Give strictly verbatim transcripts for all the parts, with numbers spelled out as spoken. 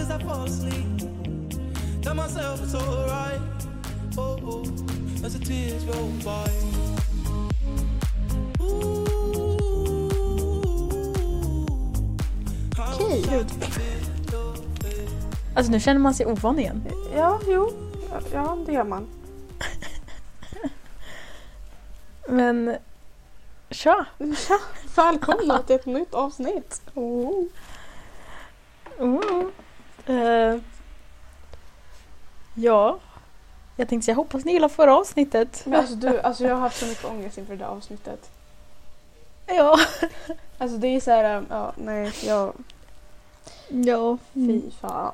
as I fall asleep. Tell myself it's alright. Oh, oh, as the tears roll by. Okej. Alltså nu känner man sig ovan igen. Ja, jo. Ja, det gör man. Men tja. Tja, välkomna till ett nytt avsnitt. Oh. Mm. Uh, ja. Jag tänkte säga, jag hoppas ni gillar förra avsnittet. Men alltså, du, alltså jag har haft så mycket ångest inför det här avsnittet. Ja. Alltså det är så här, ja, nej, jag... Ja. Fy fan.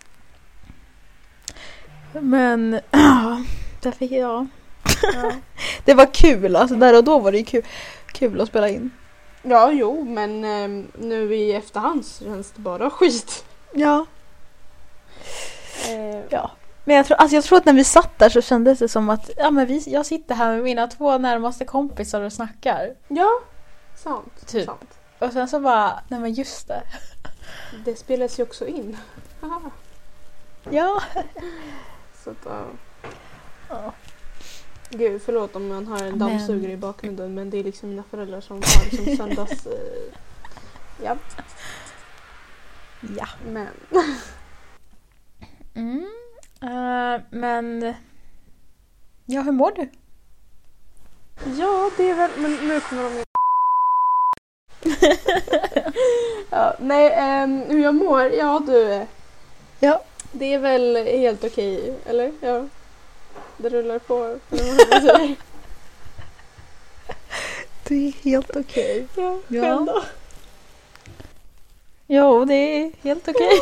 Men, ja. Därför, ja. Ja. Det var kul, alltså där och då var det kul, kul att spela in. Ja, jo, men eh, nu i efterhand så känns det bara skit. Ja. Eh, Ja. Men jag tror, alltså jag tror att när vi satt där så kändes det som att ja, men vi, jag sitter här med mina två närmaste kompisar och snackar. Ja, sant. Typ. sant. Och sen så bara, nej men just det. Det spelas ju också in. Ja. Så att, ja. Ja. Gud, förlåt om man har en Men- dammsugare i bakgrunden, men det är liksom mina föräldrar som har liksom söndags... Eh, ja, Ja. men... Mm. Uh, men ja, hur mår du? Ja, det är väl... Men nu kommer de... ja, nej, ehm, hur jag mår? Ja, du... Ja. Det är väl helt okej, eller? Ja. Det rullar på. eller vad man säger. Det är helt okej. Ja, Ja. själv då? Jo, det är helt okej.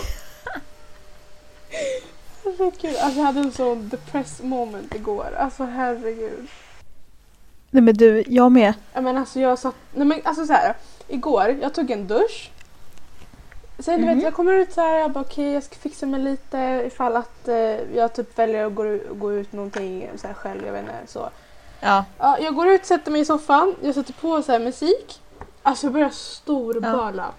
Herregud, alltså jag hade en sån depressed moment igår. Alltså herregud. Nej men du, jag med. Ja men alltså jag satt... Nej men alltså så här. Igår, jag tog en dusch. Sen du Mhm. vet, jag kommer ut så här, jag bara okej, okay, jag ska fixa mig lite ifall att eh, jag typ väljer att gå, ut- gå ut någonting så här själv, jag vet inte, så. Ja. Ja, jag går ut, sätter mig i soffan, jag sätter på så här musik. Alltså jag börjar storböla.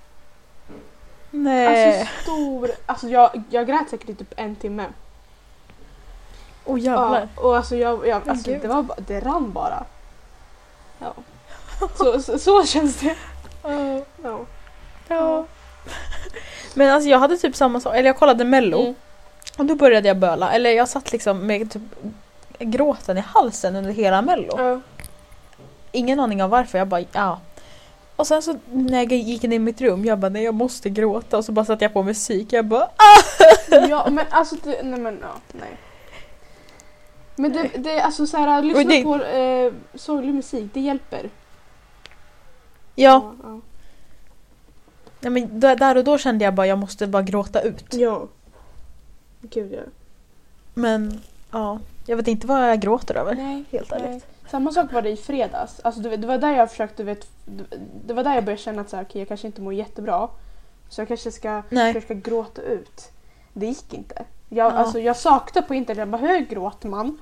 Nej. Alltså stor... Alltså jag, jag grät säkert i typ en timme. Åh jävlar. Ja, och alltså jag... jag alltså Gud. det, var, bara- det rann bara. Ja. Så, så, så känns det. Ja. Ja. Men alltså jag hade typ samma sak, eller jag kollade Mello Mm. och då började jag böla, eller jag satt liksom med typ gråten i halsen under hela Mello. Ja. Ingen aning om varför, jag bara ja. Och sen så när jag gick in i mitt rum, jag bara nej jag måste gråta, och så bara satte jag på musik, jag bara ah! Ja, men alltså det, nej men ja, nej. Men det, det alltså så här, lyssna Och det- på eh, sorglig musik, det hjälper. Ja, Ja. nej, men där där och då kände jag bara jag måste bara gråta ut. Ja. Gud ja. Men ja, jag vet inte vad jag gråter över. Nej, Helt ärligt. nej. Samma sak var det i fredags. Alltså du vet, det var där jag försökte, du vet, det var där jag började känna att så här, okej, jag kanske inte mår jättebra. Så jag kanske ska Nej. försöka gråta ut. Det gick inte. Jag, Ja. alltså, jag saknade på internet, jag bara, hur gråter man?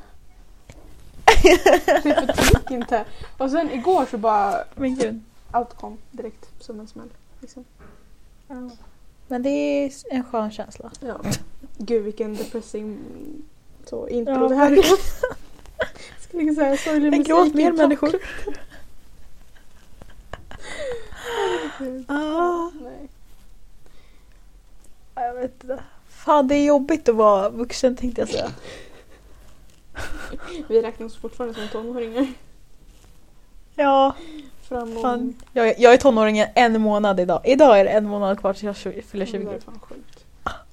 Typ, det gick inte. Och sen igår så bara, Men gud. allt kom direkt som en smäll. Liksom. Ja. Men det är en skön känsla. Ja. Gud vilken depressing så intro Ja, det här är. Ska liksom säga sorglig Men musik. gråt i mer människor. bakgrunden. Ah, Nej. jag vet inte. Fan, det är jobbigt att vara vuxen, tänkte jag säga. Vi räknas fortfarande som tonåringar. Ja, Fram och... fan. Jag, jag är tonåringen en månad idag. Idag är det en månad kvar till jag tjugo- fyller Det tjugo. är fan sjukt.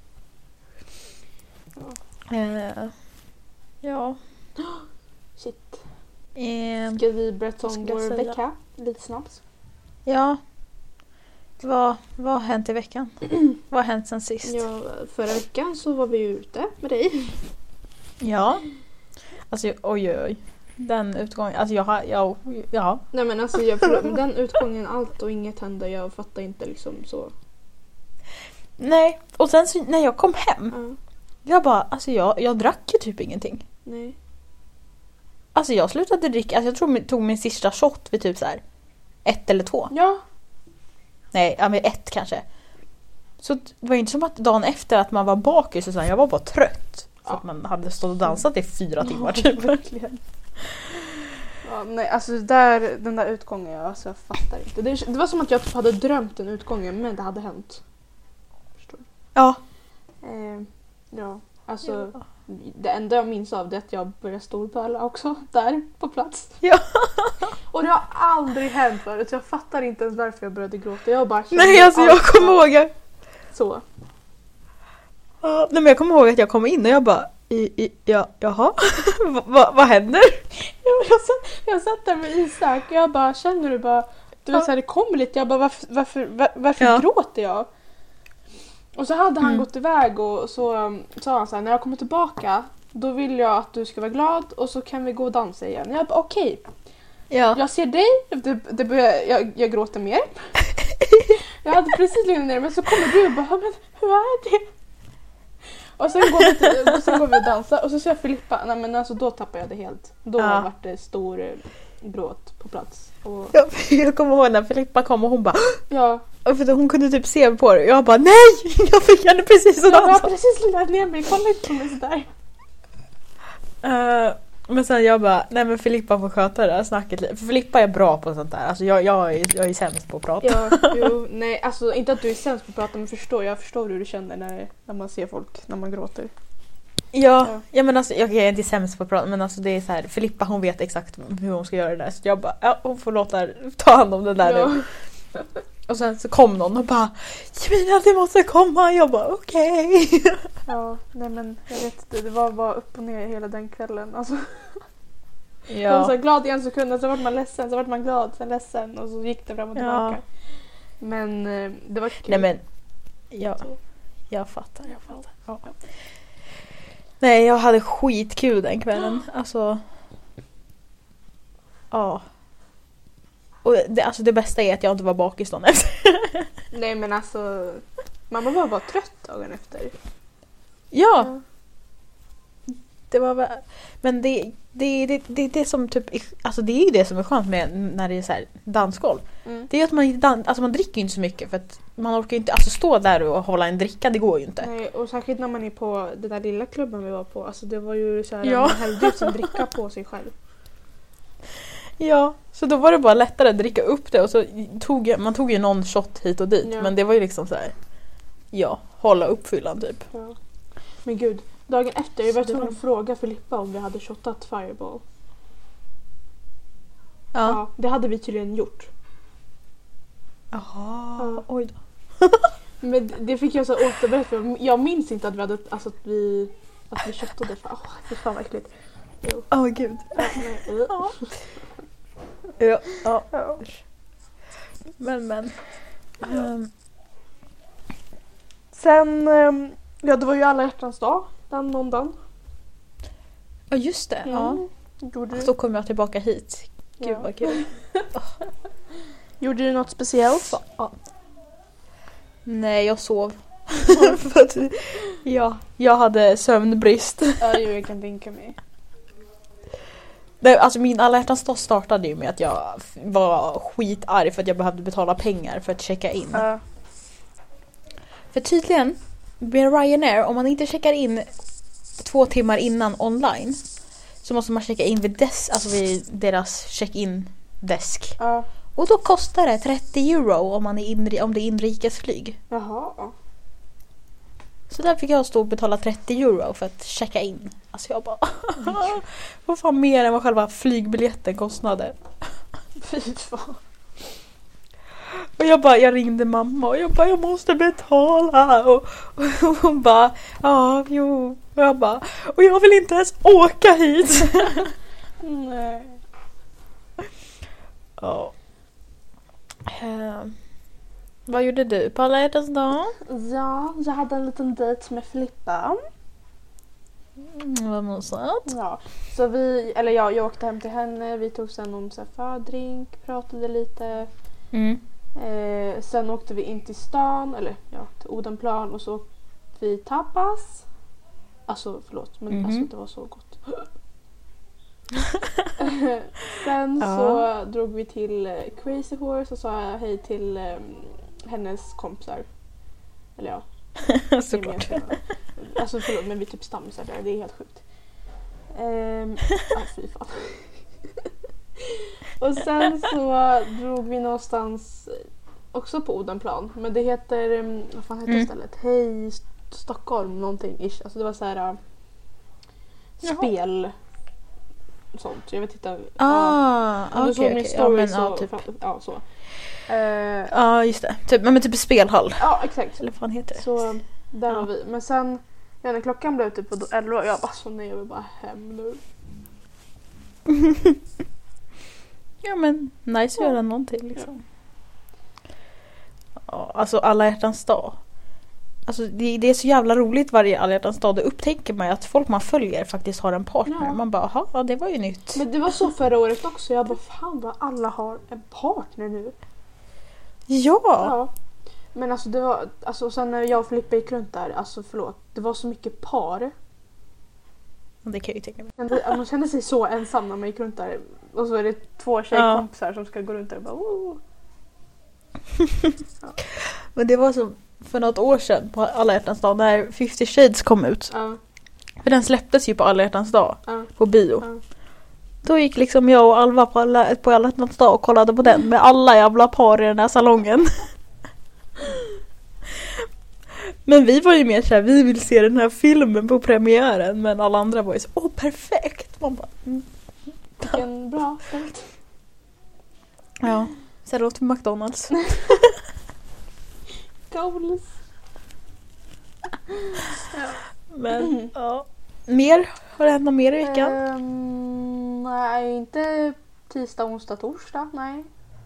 Eh, ja. Shit. Eh, Ska vi berätta om Ska jag vår säga? vecka lite snabbt? ja. Vad, vad har hänt i veckan? Vad har hänt sen sist? Ja, förra veckan så var vi ju ute med dig. Ja. Alltså oj oj oj. Den utgången, alltså jag har, ja, ja. Nej men alltså jag, förlåt, men den utgången, allt och inget hände. Jag fattar inte liksom så. Nej, och sen så, när jag kom hem, Ja, jag bara, alltså jag, jag drack ju typ ingenting. nej. Alltså jag slutade dricka, alltså jag tror jag tog min sista shot vid typ så här ett eller två. Ja, Nej, ja men ett kanske. Så det var inte som att dagen efter att man var bakis och så, jag var bara trött. För Ja. att man hade stått och dansat i fyra timmar typ. Verkligen. Ja, nej, alltså där, den där utgången, jag, alltså, jag fattar inte. Det, det var som att jag typ hade drömt den utgången, men det hade hänt. Förstår du? Ja. Eh, ja, alltså Ja. det enda jag minns av det är att jag började storböla också, där på plats. Ja. Och det har aldrig hänt förut, så jag fattar inte ens varför jag började gråta. Jag bara kände Nej, alltså jag allt kommer var ihåg. Så. Ja, nej, men jag kommer ihåg att jag kom in och jag bara, i, i, ja, jaha, Va- va- vad händer? Jag, jag, satt, jag satt där med Isak och jag bara, känner du bara, du vet Ja. så här, det kommer lite, jag bara, varför, varför, var, varför Ja. gråter jag? Och så hade han Mm. gått iväg och så um, sa han så här, när jag kommer tillbaka, då vill jag att du ska vara glad och så kan vi gå och dansa igen. Jag bara, okej, Ja. jag ser dig, det, det börjar, jag, jag gråter mer. Jag hade precis lugnat ner men så kommer du och bara, men hur är det? Och sen går vi, till, och sen går vi och dansar och så ser jag Filippa, nej men alltså då tappar jag det helt. Då Ja. vart det stor eh, gråt på plats. Och, Ja, jag kommer ihåg när Filippa kom och hon bara, ja, och för hon kunde typ se på det och jag bara, nej! Jag fick henne precis att jag har dansa. precis lugnat ner mig, kolla inte på mig sådär. Uh, men sen jag bara, nej men Filippa får sköta det här snacket lite. För Filippa är bra på sånt där. Alltså jag, jag, är, jag är sämst på att prata. Ja, jo, nej, alltså inte att du är sämst på att prata men förstår, jag förstår hur du känner när, när man ser folk, när man gråter. Ja, Ja. ja men alltså jag är inte sämst på att prata, men alltså det är så här, Filippa hon vet exakt hur hon ska göra det där. Så jag bara, ja hon får låta ta hand om det där Ja. nu. Och sen så kom någon och bara, Jemina det måste komma. Jag bara, okej. Okay. Ja, nej men jag vet inte, det var bara upp och ner hela den kvällen. Alltså, man var så Ja. glad i en sekund, så vart man ledsen, så vart man glad, sen ledsen och så gick det fram och Ja. tillbaka. Men eh, det var kul. Nej men, ja, jag fattar, jag fattar. Ja. Nej, jag hade skitkul den kvällen. Alltså, ja. Och det, alltså det bästa är att jag inte var bakis dagen efter. Nej men alltså, man var bara, bara trött dagen efter. Ja, det var väl, men det det det det det som typ alltså det är ju det som är skönt med när det är så här dansgolv. Mm. Det är att man inte dan- alltså man dricker ju inte så mycket för att man orkar ju inte alltså stå där och hålla en dricka, det går ju inte. Nej, och särskilt när man är på den där lilla klubben vi var på, alltså det var ju så här, Ja. man hällde ut sin dricka på sig själv. Ja, så då var det bara lättare att dricka upp det och så tog jag, man tog ju någon shot hit och dit, Ja. men det var ju liksom så här, ja, hålla uppfyllan typ. Ja. Men gud, dagen efter jag var Så det tvungen var- att fråga Filippa om vi hade shotat Fireball. Ja. Ja, det hade vi tydligen gjort. Jaha, Ja. oj då. Men det fick jag så återberätta för jag minns inte att vi hade, alltså att vi, att vi shotade. Åh, fy fan vad äckligt. Jo. Åh gud. Ja, men, uh. Ja. Ja, ja. Ja. Men men. Ehm, Sen, ehm, ja det var ju alla hjärtans dag den måndagen. Ja just det, ja. Mm. Gjorde, du, Så kom jag tillbaka hit. Gud Ja. vad kul. gjorde du något speciellt? Ja. Nej, jag sov. För att, ja, jag hade sömnbrist. Ja, jo, jag kan tänka mig. Nej, alltså min alla hjärtans dag startade ju med att jag f- var skitarg för att jag behövde betala pengar för att checka in. Ja. För tydligen, med Ryanair, om man inte checkar in två timmar innan online så måste man checka in vid, des- alltså vid deras check-in desk. Ja. Och då kostar det trettio euro om, man är inri- om det är inrikesflyg. Jaha. Så där fick jag stå och betala trettio euro för att checka in. Alltså jag bara, vad fan mer än vad själva flygbiljetten kostade. Fy fan. Och jag bara, jag ringde mamma och jag bara, jag måste betala. Och, och hon bara, ja, jo. Och jag bara, och jag vill inte ens åka hit. Nej. Ja. Eh, vad gjorde du på alla hjärtans dag? Ja, jag hade en liten dejt med Filippa. Mm, vad mysigt. Ja, så vi, eller ja, jag åkte hem till henne, vi tog sen någon så här fördrink, pratade lite. Mm. Eh, sen åkte vi in till stan, eller ja, till Odenplan och så åkte vi tapas. Alltså förlåt, men Mhm. alltså det var så gott. Sen Ja. så drog vi till eh, Crazy Horse och sa hej till eh, hennes kompisar. Eller ja, Såklart. Alltså förlåt, men vi typ stammisar där, det är helt sjukt. Ehm, ah, fy fan. Och sen så drog vi någonstans också på Odenplan, men det heter, vad fan heter Mm. stället? Hej Stockholm någonting ish. Alltså det var så här äh, Jaha. spel sånt. Jag vet inte. Ah, Om du okej, såg min okej. Ja, story men, så, ja, typ. ja, så. Eh, Ja, just det. Typ, men typ spelhall. ja, exakt. Eller vad fan heter det? Så där Ja. var vi. Men sen, ja, när klockan blev typ på elva och jag bara så nej, jag vill bara hem nu. Ja, men nice att göra någonting liksom. Ja, alltså alla hjärtans dag. Alltså det, det är så jävla roligt varje alla hjärtans dag. Då upptäcker man ju att folk man följer faktiskt har en partner. Ja. Man bara, jaha, ja, det var ju nytt. Men det var så förra året också. Jag bara, fan vad alla har en partner nu. Ja! Ja. Men alltså det var, alltså sen när jag och Filippa gick runt där, alltså förlåt, det var så mycket par. Det kan jag ju tänka mig. Kände- Man kände sig så ensam när man gick runt där. Och så är det två tjejkompisar som ska gå runt där och bara, oh. Men det var så för något år sedan på alla hjärtans dag när Fifty Shades kom ut. Ja, För den släpptes ju på alla hjärtans dag ja, på bio. ja. Då gick liksom jag och Alva på alla, på alla hjärtans dag och kollade på den med alla jävla par i den här salongen. Men vi var ju mer såhär, vi vill se den här filmen på premiären. Men alla andra var ju så, åh perfekt! Man bara, mm. Vilken bra ställt. Ja, sen åt vi McDonalds. Goals. Men ja. Mer? Har det hänt något mer i veckan? Ehm, nej, inte tisdag, onsdag, torsdag. Nej.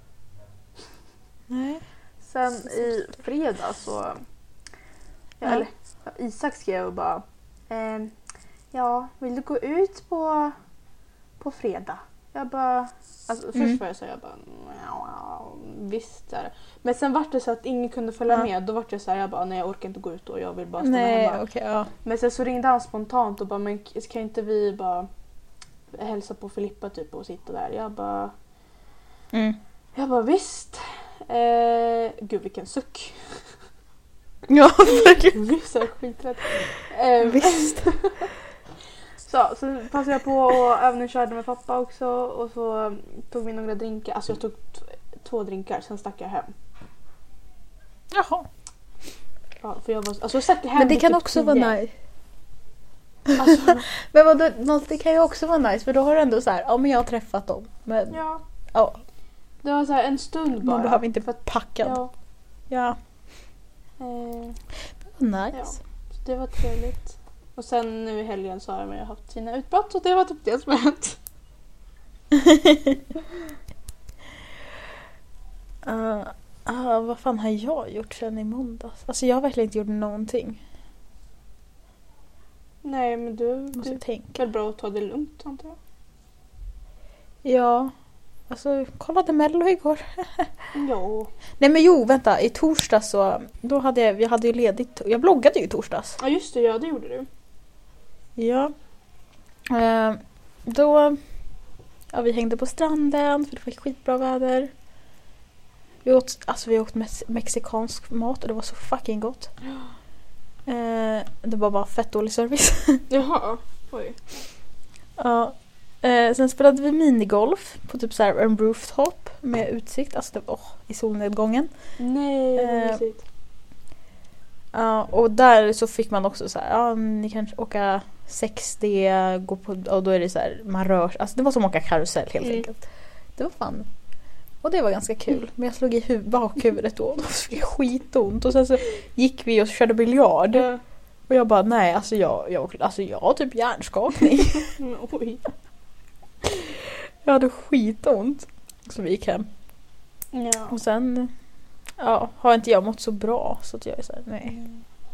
Nej. Sen i fredag så... Ja, Ja. eller, ja, Isak skrev och bara... ehm, ja, vill du gå ut på, på fredag? Jag bara... Alltså, först Mm. var jag så jag bara... "Ja, visst. Så här. Men sen var det så att ingen kunde följa Ja. med. Då var det så här, jag bara, nej jag orkar inte gå ut och jag vill bara stanna Nej, hemma. okej, ja. Men sen så ringde han spontant och bara, men kan inte vi bara hälsa på Filippa typ och sitta där? Jag bara, Mm. jag bara visst. Eh, gud vilken suck. Ja, verkligen. Jag blir så här skiträdd. Eh, Visst. så, så passade jag på och övningskörde med pappa också och så tog vi några drinkar. Alltså jag tog t- två drinkar, sen stack jag hem. Jaha. Ja, för jag var, alltså jag stack hem Men det vid kan typ också tio. vara nice. Alltså, Men vadå, något- det kan ju också vara nice för då har du ändå så här, ja men jag har träffat dem. Men ja, ja, det var så här en stund bara. man behöver inte för att- packad. Ja. Ja, ja. eh, Nice. Ja. Så det var trevligt. Och sen nu i helgen så har jag haft sina utbrott och det var typ det som har hänt. Uh, uh, vad fan har jag gjort sen i måndags? Alltså jag har verkligen inte gjort någonting. Nej men du, Måste du tänka. är väl bra att ta det lugnt antar jag. Ja. Alltså kollade Mello igår. Ja. Nej men jo, vänta. I torsdags så, då hade jag, vi hade ju ledigt. Jag bloggade ju i torsdags. Ja just det, ja det gjorde du. Ja. Uh, då, ja vi hängde på stranden för det var skitbra väder. Vi åt, alltså vi åt mex- mexikansk mat och det var så fucking gott. Uh, det var bara fett dålig service. Jaha, oj. Ja. Eh, sen spelade vi minigolf på typ så här en rooftop med utsikt, alltså det, oh, i solnedgången. Nej, vad Eh, mysigt. Ja, och där så fick man också så här, ja ni kan åka sex D, gå på, och då är det så här, man rör sig, alltså det var som att åka karusell helt Mm. enkelt. Det var fan. Och det var ganska kul, men jag slog i hu- bakhuvudet då och då fick jag skitont. Och sen så gick vi och körde biljard. Ja. Och jag bara, nej alltså jag, jag, alltså jag har typ hjärnskakning. Mm, oj. Jag hade skitont. Så vi gick hem. Ja. Och sen ja, har inte jag mått så bra så att jag är så här, nej.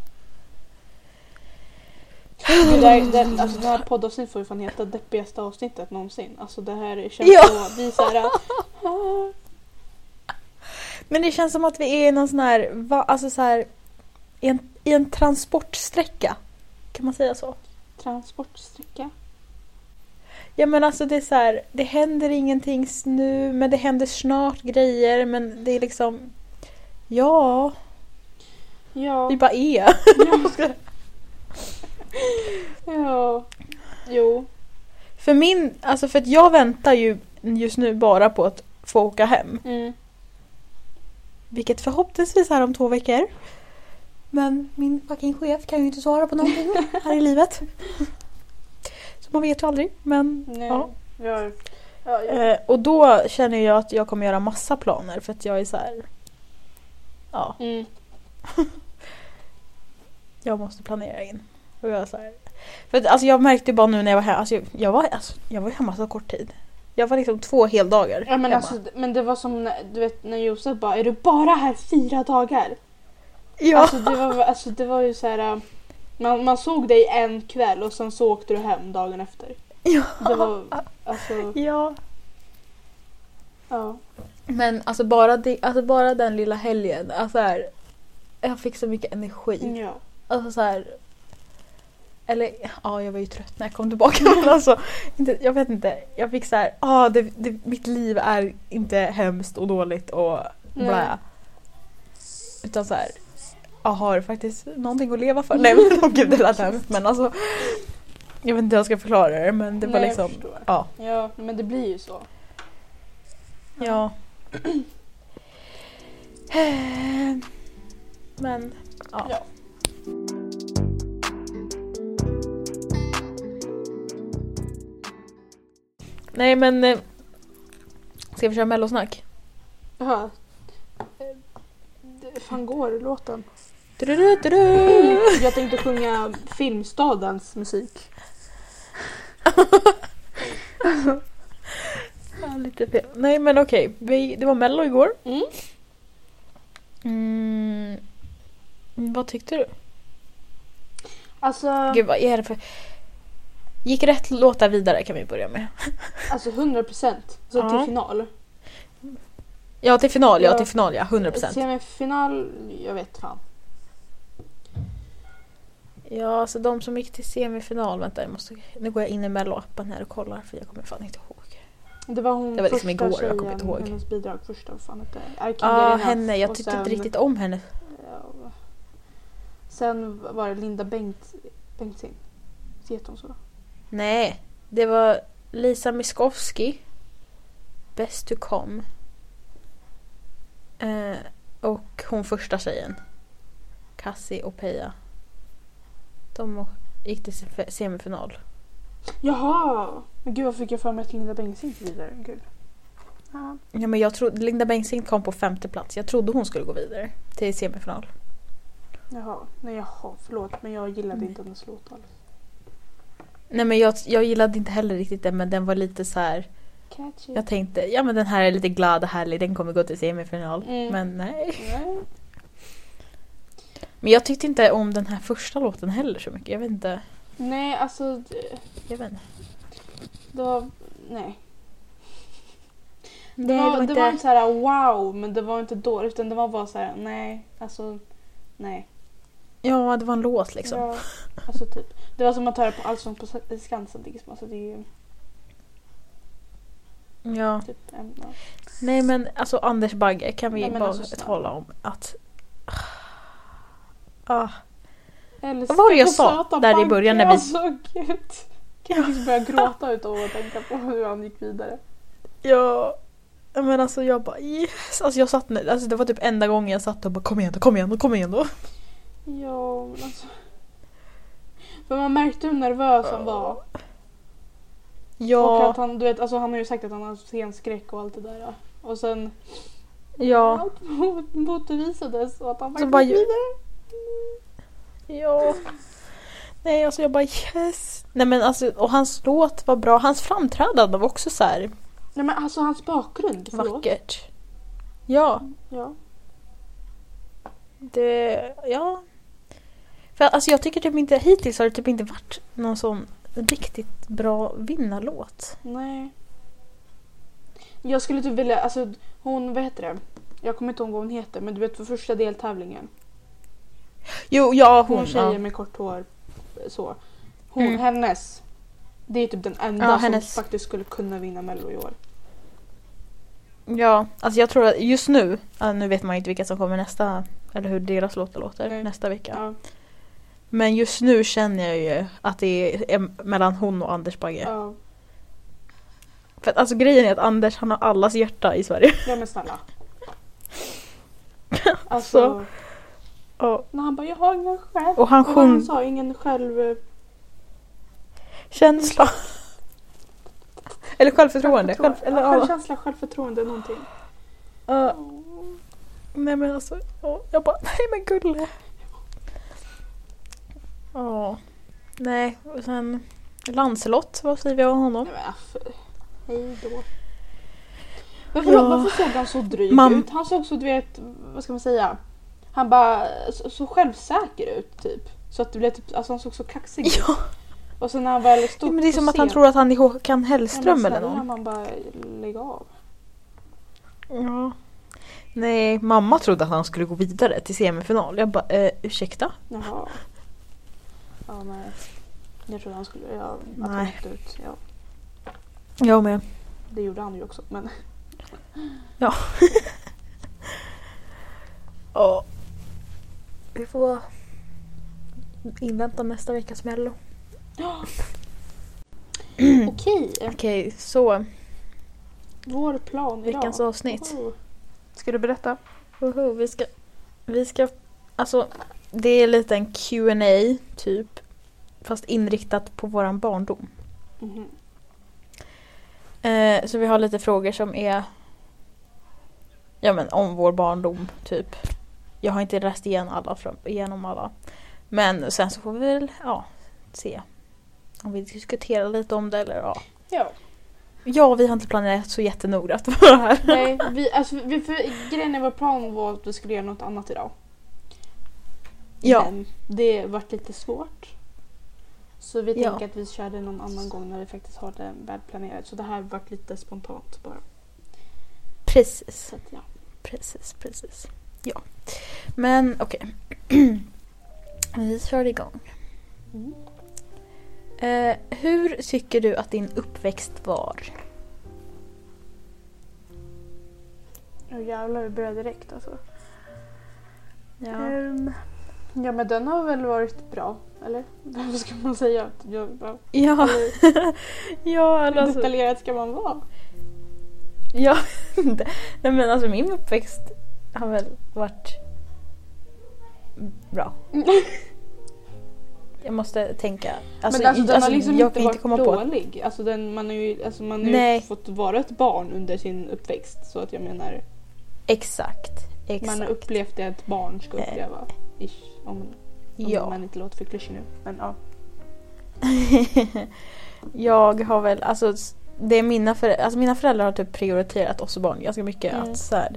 Det där, det, alltså det här poddavsnittet får ju fan heta deppigaste avsnittet någonsin. Alltså det här känns Ja. så, vi så här, ah, Men det känns som att vi är i någon sån här, va, alltså så här i en, i en transportsträcka. Kan man säga så? transportsträcka. Ja men alltså det är så här, det händer ingenting nu men det händer snart grejer men det är liksom ja. Ja. Vi bara är. Ja. Ja. Jo. För min, alltså för att jag väntar ju just nu bara på att få åka hem. Mm. Vilket förhoppningsvis är om två veckor. Men min fucking chef kan ju inte svara på någonting här i livet. Så man vet ju aldrig. Men Nej. ja. Ja. Ja, ja. Eh, och då känner jag att jag kommer göra massa planer. För att jag är så här. Ja, Mm. jag måste planera in. Och jag är så här. För att, alltså jag märkte ju bara nu när jag var hemma. Alltså jag, jag, var, alltså, jag var hemma så kort tid. Jag var liksom två heldagar Ja, men, hemma. alltså, men det var som när, du vet, när Josef bara, är du bara här fyra dagar? Ja. Alltså, det var, alltså det var ju så här. äh, Man, man såg dig en kväll och sen så åkte du hem dagen efter. Ja. Det var alltså, Ja. ja. Men alltså bara, det, alltså bara den lilla helgen. Alltså här, jag fick så mycket energi. Ja. Alltså så här. Eller ja, jag var ju trött när jag kom tillbaka. Men alltså, inte, jag vet inte. Jag fick så här, ah, det, det, mitt liv är inte hemskt och dåligt och blä. Nej. Utan så här, jag har faktiskt någonting att leva för. Nej men oh, gud, det lät hemskt. Men alltså, jag vet inte hur jag ska förklara det. Men det var Nej, liksom, jag förstår. ja. Ja, men det blir ju så. Ja. Men, ja. Ja. Nej men, eh, ska vi köra mellosnack? Jaha. Det fan går låten. Du-du-du-du-du. Jag tänkte sjunga Filmstadens musik. Ja, lite fel. Nej men okej, vi, det var mello igår. Mm. Mm. Vad tyckte du? Alltså, Gud, vad är det för... Gick rätt låtar vidare kan vi börja med. alltså hundra procent. Så Ja. till final. Ja, till final, ja, Ja. till final, ja, hundra procent. Semifinal, jag vet fan. Ja, alltså de som gick till semifinal, vänta, jag måste, nu går jag in i mello-appen här och kollar för jag kommer fan inte ihåg. Det var hon Det var liksom första igår, jag tjejen, kommer inte ihåg. hennes bidrag första, vad fan hette det? I Can Ja, Get Enough. henne, jag Och tyckte sen- inte riktigt om henne. Ja. Sen var det Linda Bengt, Bengtzing. Heter hon så? Nej, det var Lisa Miskovsky, Best to Come. Eh, och hon första tjejen, Cassie och Peja. De gick till se- semifinal. Jaha! Men gud, vad fick jag för mig att Linda Bengtzing gick vidare? Gud. Ja. Ja, men jag trodde Linda Bengtzing kom på femte plats. Jag trodde hon skulle gå vidare till semifinal. Jaha, nej jaha, förlåt. Men jag gillade Mm. inte hennes låt alls. Nej, men jag, jag gillade inte heller riktigt den, men den var lite så här. Catchy. Jag tänkte, ja men den här är lite glad och härlig, den kommer gå till semifinal. Mm. Men nej. Nej. Men jag tyckte inte om den här första låten heller så mycket. Jag vet inte. Nej, alltså det, Jag vet inte. det var, nej. Det Nej, var, det var det inte... var inte så här wow, men det var inte dåligt, utan det var bara så här, nej, alltså, nej. Ja, det var en låt liksom. Ja, alltså typ. Det var som att höra på Allsång på Skansen, liksom. Alltså det är ju Ja. typ, äm, ja. Nej, men alltså Anders Bagge kan vi Nej, men bara alltså, snälla. tala om att... Ah. Eller Vad var det jag ska sa prata där i Bagge? början när vi- Alltså gud. Kan jag liksom börja gråta utav att tänka på hur han gick vidare. Ja, men alltså jag bara yes. Alltså jag satt nu, alltså det var typ enda gången jag satt och bara kom igen då, kom igen då, kom igen då. Ja, men alltså. För man märkte hur nervös han var. Och Ja, att han, du vet, alltså han har ju sagt att han har scenskräck och allt det där. Och sen ja, allt mot- motbevisades och att han Så faktiskt bara- gick vidare. ja. Nej, alltså jag bara yes. Nej men alltså, och hans låt var bra, hans framträdande var också så här Nej, men alltså hans bakgrund, förlåt. vackert. Ja, Ja. det, ja. För alltså jag tycker typ inte, hittills har det typ inte varit någon sån riktigt bra vinnarlåt. Nej. Jag skulle typ vilja, alltså hon, vad heter det? Jag kommer inte ihåg vad hon heter, men du vet för första deltävlingen. Jo, ja hon, Hon tjejen ja. med kort hår, så. Hon, Mm. hennes. Det är typ den enda Ja, som hennes. faktiskt skulle kunna vinna Mello i år. Ja, alltså jag tror att just nu, ja, nu vet man ju inte vilka som kommer nästa eller hur deras låtar låter Nej. nästa vecka. Ja. Men just nu känner jag ju att det är mellan hon och Anders Bagge. Ja. För att alltså grejen är att Anders, han har allas hjärta i Sverige. Ja men snälla. Alltså, Och, när han bara, jag har ingen själv. och han Och vad han sjung sa, ingen själv... känsla. Eller självförtroende. Själv, Självförtroende. eller, Ja, ja. självkänsla, självförtroende, någonting. Ja. Nej men alltså, ja, jag bara, nej men gulle. Ja. Nej, och sen Lancelot, vad säger vi om honom? Nej, men, alltså, hej då. Varför, Ja. varför såg han så dryg Mam- ut? Han såg så, du vet, vad ska man säga? Han bara så, så självsäker ut typ. Så att det blev typ, alltså han såg så kaxig ut. Ja, Och sen när han väl stod men det är på som att han scen- tror att han är Håkan Ja, Hellström men eller snälla, någon. man bara lägg av. Ja. Nej, mamma trodde att han skulle gå vidare till semifinal. Jag bara, eh, ursäkta? Jaha. Ja, nej. Jag trodde han skulle, ja, att Nej. han åkte ut. Ja, Jag med. det gjorde han ju också, men... Ja. Ja. Vi får invänta nästa veckas mello. Okej, Okej, så vår plan idag. veckans avsnitt. Oh. Ska du berätta? Woho, vi ska, vi ska, alltså det är lite en Q and A typ, fast inriktat på våran barndom. Mhm. Eh, så vi har lite frågor som är, ja men om vår barndom typ. Jag har inte läst igen alla, fram, igenom alla. Men sen så får vi väl, ja, se om vi diskuterar lite om det eller ja. Ja. Ja, vi har inte planerat så jättenoggrant för det här. Nej, vi, alltså, vi, för grejen i vår plan var att vi skulle göra något annat idag. Ja. Men det vart lite svårt. Så vi Ja. tänker att vi körde någon annan gång när vi faktiskt har det väl planerat. Så det här vart lite spontant bara. Precis. Så att, ja. Precis, precis. Ja. Men okej. Vi kör igång. Mm. Eh, hur tycker du att din uppväxt var? Oh, jävlar, vi börjar direkt alltså. Ja. Ehm, ja, men den har väl varit bra, eller? Vad ska man säga? Jag, ja, Ja. eller, Ja, hur eller alltså, detaljerat ska man vara? ja. Nej men alltså min uppväxt har väl varit bra. Jag måste tänka. Alltså, men alltså, den alltså, har liksom jag inte kan varit inte komma på. dålig. Alltså, den, man har ju, alltså, man har ju Nej. fått vara ett barn under sin uppväxt. Så att jag menar, Exakt. Exakt. man har upplevt det ett barn ska Eh, uppleva. Ish, om, om Ja. man inte låter för klyschig nu. Men ja. Jag har väl, alltså det är mina föräldrar, alltså mina föräldrar har typ prioriterat oss och barn ganska mycket. Mm. Att så här,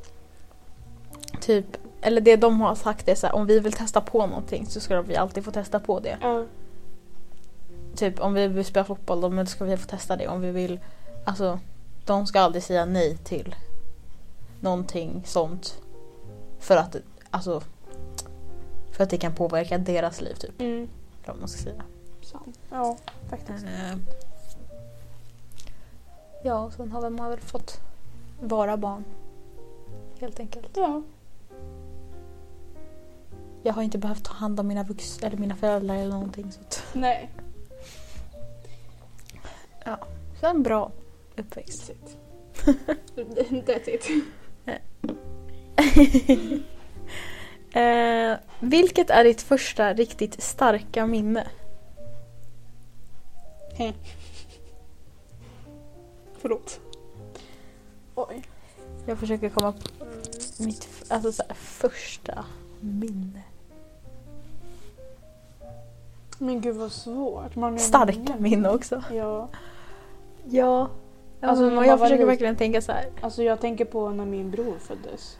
typ, eller det de har sagt är så här, om vi vill testa på någonting så ska vi alltid få testa på det. Ja. Typ om vi vill spela fotboll, då ska vi få testa det. Om vi vill, alltså de ska aldrig säga nej till någonting sånt. För att, alltså för att det kan påverka deras liv typ. Mm. Eller vad man ska säga. Sant. Ja, faktiskt. Eh, Ja, och sen har man väl fått vara barn. Helt enkelt. Ja. Jag har inte behövt ta hand om mina vux eller mina föräldrar eller någonting. Så att, Nej. så en bra uppväxt. That's it. eh, vilket är ditt första riktigt starka minne? Förlåt. Oj. Jag försöker komma på mitt alltså, så här, första minne. Men gud vad svårt. Man är Starka många. minne också. Ja. Ja. Alltså, Alltså, när och man jag var försöker liten- verkligen tänka så här. Alltså jag tänker på när min bror föddes.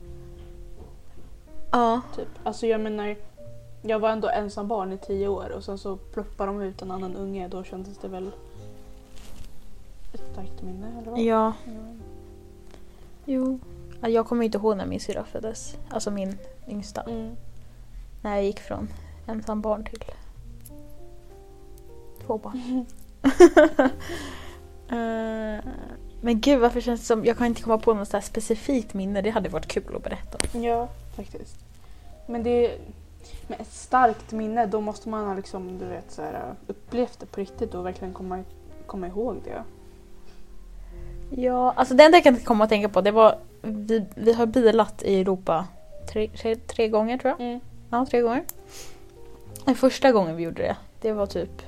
Ja. Typ. Alltså jag menar, jag var ändå ensam barn i tio år och sen så ploppar de ut en annan unge. Då kändes det väl ett starkt minne, eller vad? Ja. Ja. Jo. Ja, jag kommer inte ihåg när min syra föddes. Alltså min yngsta. Mm. När jag gick från ensam barn till två barn. Eh, Men gud, varför känns det som... Jag kan inte komma på något så här specifikt minne. Det hade varit kul att berätta. Ja, faktiskt. Men det är... Med ett starkt minne, då måste man ha liksom, du vet, så här, upplevt det på riktigt och verkligen komma, komma ihåg det. Ja, alltså det enda jag kan komma att tänka på, det var... Vi, vi har bilat i Europa tre, tre, tre gånger, tror jag. Mm. Ja, tre gånger. Den första gången vi gjorde det, det var typ...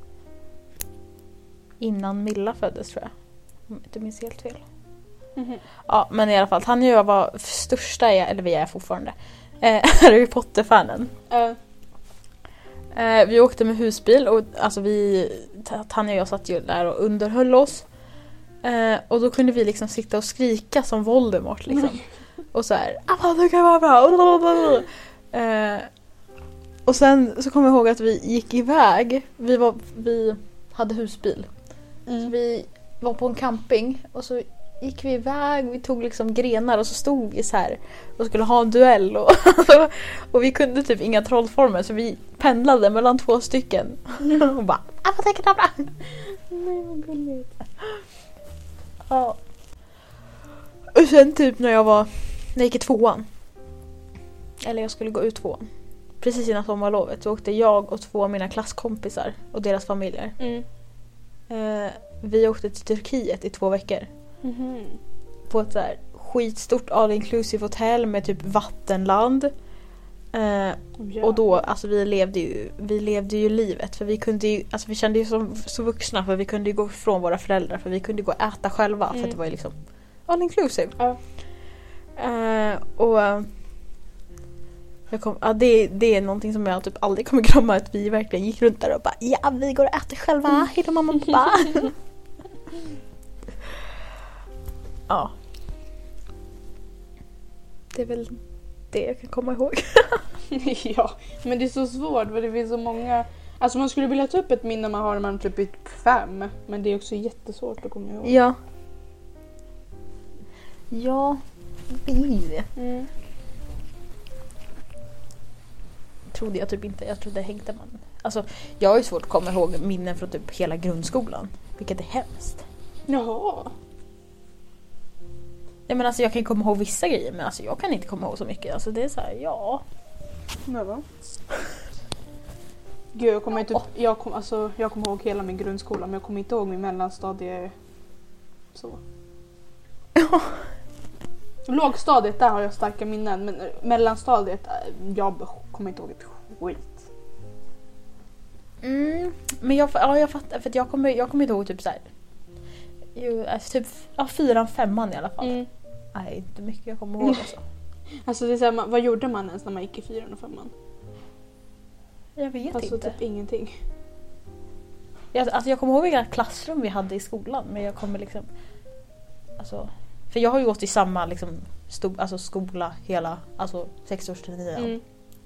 Innan Milla föddes, tror jag. Om jag inte minns helt fel. Mm-hmm. Ja, men i alla fall, han och jag var största, eller vi är fortfarande, eh, Harry Potter-fanen. Uh. Eh, vi åkte med husbil och alltså vi, han och jag satt ju där och underhöll oss. Eh, och då kunde vi liksom sitta och skrika som Voldemort liksom. Och så här, ah, det kan vara bra. Eh, och sen så kommer jag ihåg att vi gick iväg. Vi, var, vi hade husbil. Mm. Så vi var på en camping och så gick vi iväg, vi tog liksom grenar och så stod vi så här och skulle ha en duell och, och vi kunde typ inga trollformer så vi pendlade mellan två stycken och bara apotekadabra. Nej, vad gulligt. Ja. Och sen typ när jag var när jag gick i tvåan, eller jag skulle gå ut tvåan, precis innan sommarlovet, så åkte jag och två av mina klasskompisar och deras familjer. Mm. Eh, vi åkte till Turkiet i två veckor. Mm-hmm. På ett så här skitstort all inclusive hotell med typ vattenland. Eh, Ja. och då, alltså vi levde ju vi levde ju livet, för vi kunde ju, alltså vi kände ju som så vuxna, för vi kunde ju gå ifrån våra föräldrar, för vi kunde ju gå och äta själva, Mm. för att det var ju liksom all inclusive. Ja. Eh, och eh, jag kom, ja, det, det är någonting som jag typ aldrig kommer glömma, att vi verkligen gick runt där och bara, ja, vi går och äter själva, hejdå mamma och pappa. Ja. Det är väl det jag kan komma ihåg. Ja, men det är så svårt för det finns så många. Alltså man skulle vilja ta upp ett minne man har när man typ är fem, men det är också jättesvårt att komma ihåg. Ja. Ja, det är ju det. Mm. Trodde jag typ inte. Jag trodde hängde man. Alltså, jag har ju svårt att komma ihåg minnen från typ hela grundskolan. Vilket är hemskt. Jaha. Ja, men alltså jag kan komma ihåg vissa grejer, men alltså jag kan inte komma ihåg så mycket. Alltså det är så här, ja. Ja. Gud, jag kommer typ, jag kom, alltså, jag kommer ihåg hela min grundskola, men jag kommer inte ihåg min mellanstadie så. Ja. Lågstadiet, där har jag starka minnen, men mellanstadiet, jag kommer inte ihåg ett skit. Mm, men jag, ja, jag fattar, för att jag kommer, jag kommer inte ihåg typ så här. Jo, typ ja, fyran, femman i alla fall. Mm. Nej, inte mycket jag kommer ihåg alltså. Alltså det är så här, vad gjorde man ens när man gick i fyran och femman? Jag vet Alltså inte. typ ingenting. Jag, alltså jag kommer ihåg vilka klassrum vi hade i skolan, men jag kommer liksom, alltså, för jag har ju gått i samma liksom sto, alltså skola hela, alltså sex års till nian. Mm.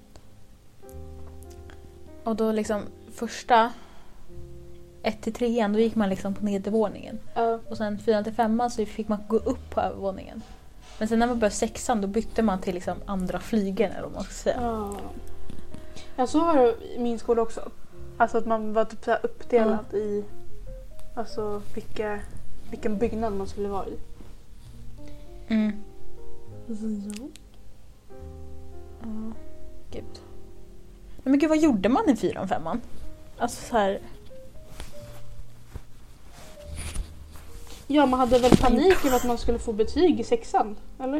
Och då liksom första ett till trean, då gick man liksom på nedervåningen. Ja. Och sen fyran till femman så fick man gå upp på övervåningen. Men sen när man började sexan, då bytte man till liksom andra flygen, eller vad man ska säga. Ja. Ja, så var det i min skola också. Alltså att man var typ så här uppdelad Mm. i alltså vilka, vilken byggnad man skulle vara i. Mm. Alltså, ja. Ja, gud. Men gud, vad gjorde man i fyran, femman? Alltså så här. Ja, man hade väl panik över att man skulle få betyg i sexan, eller?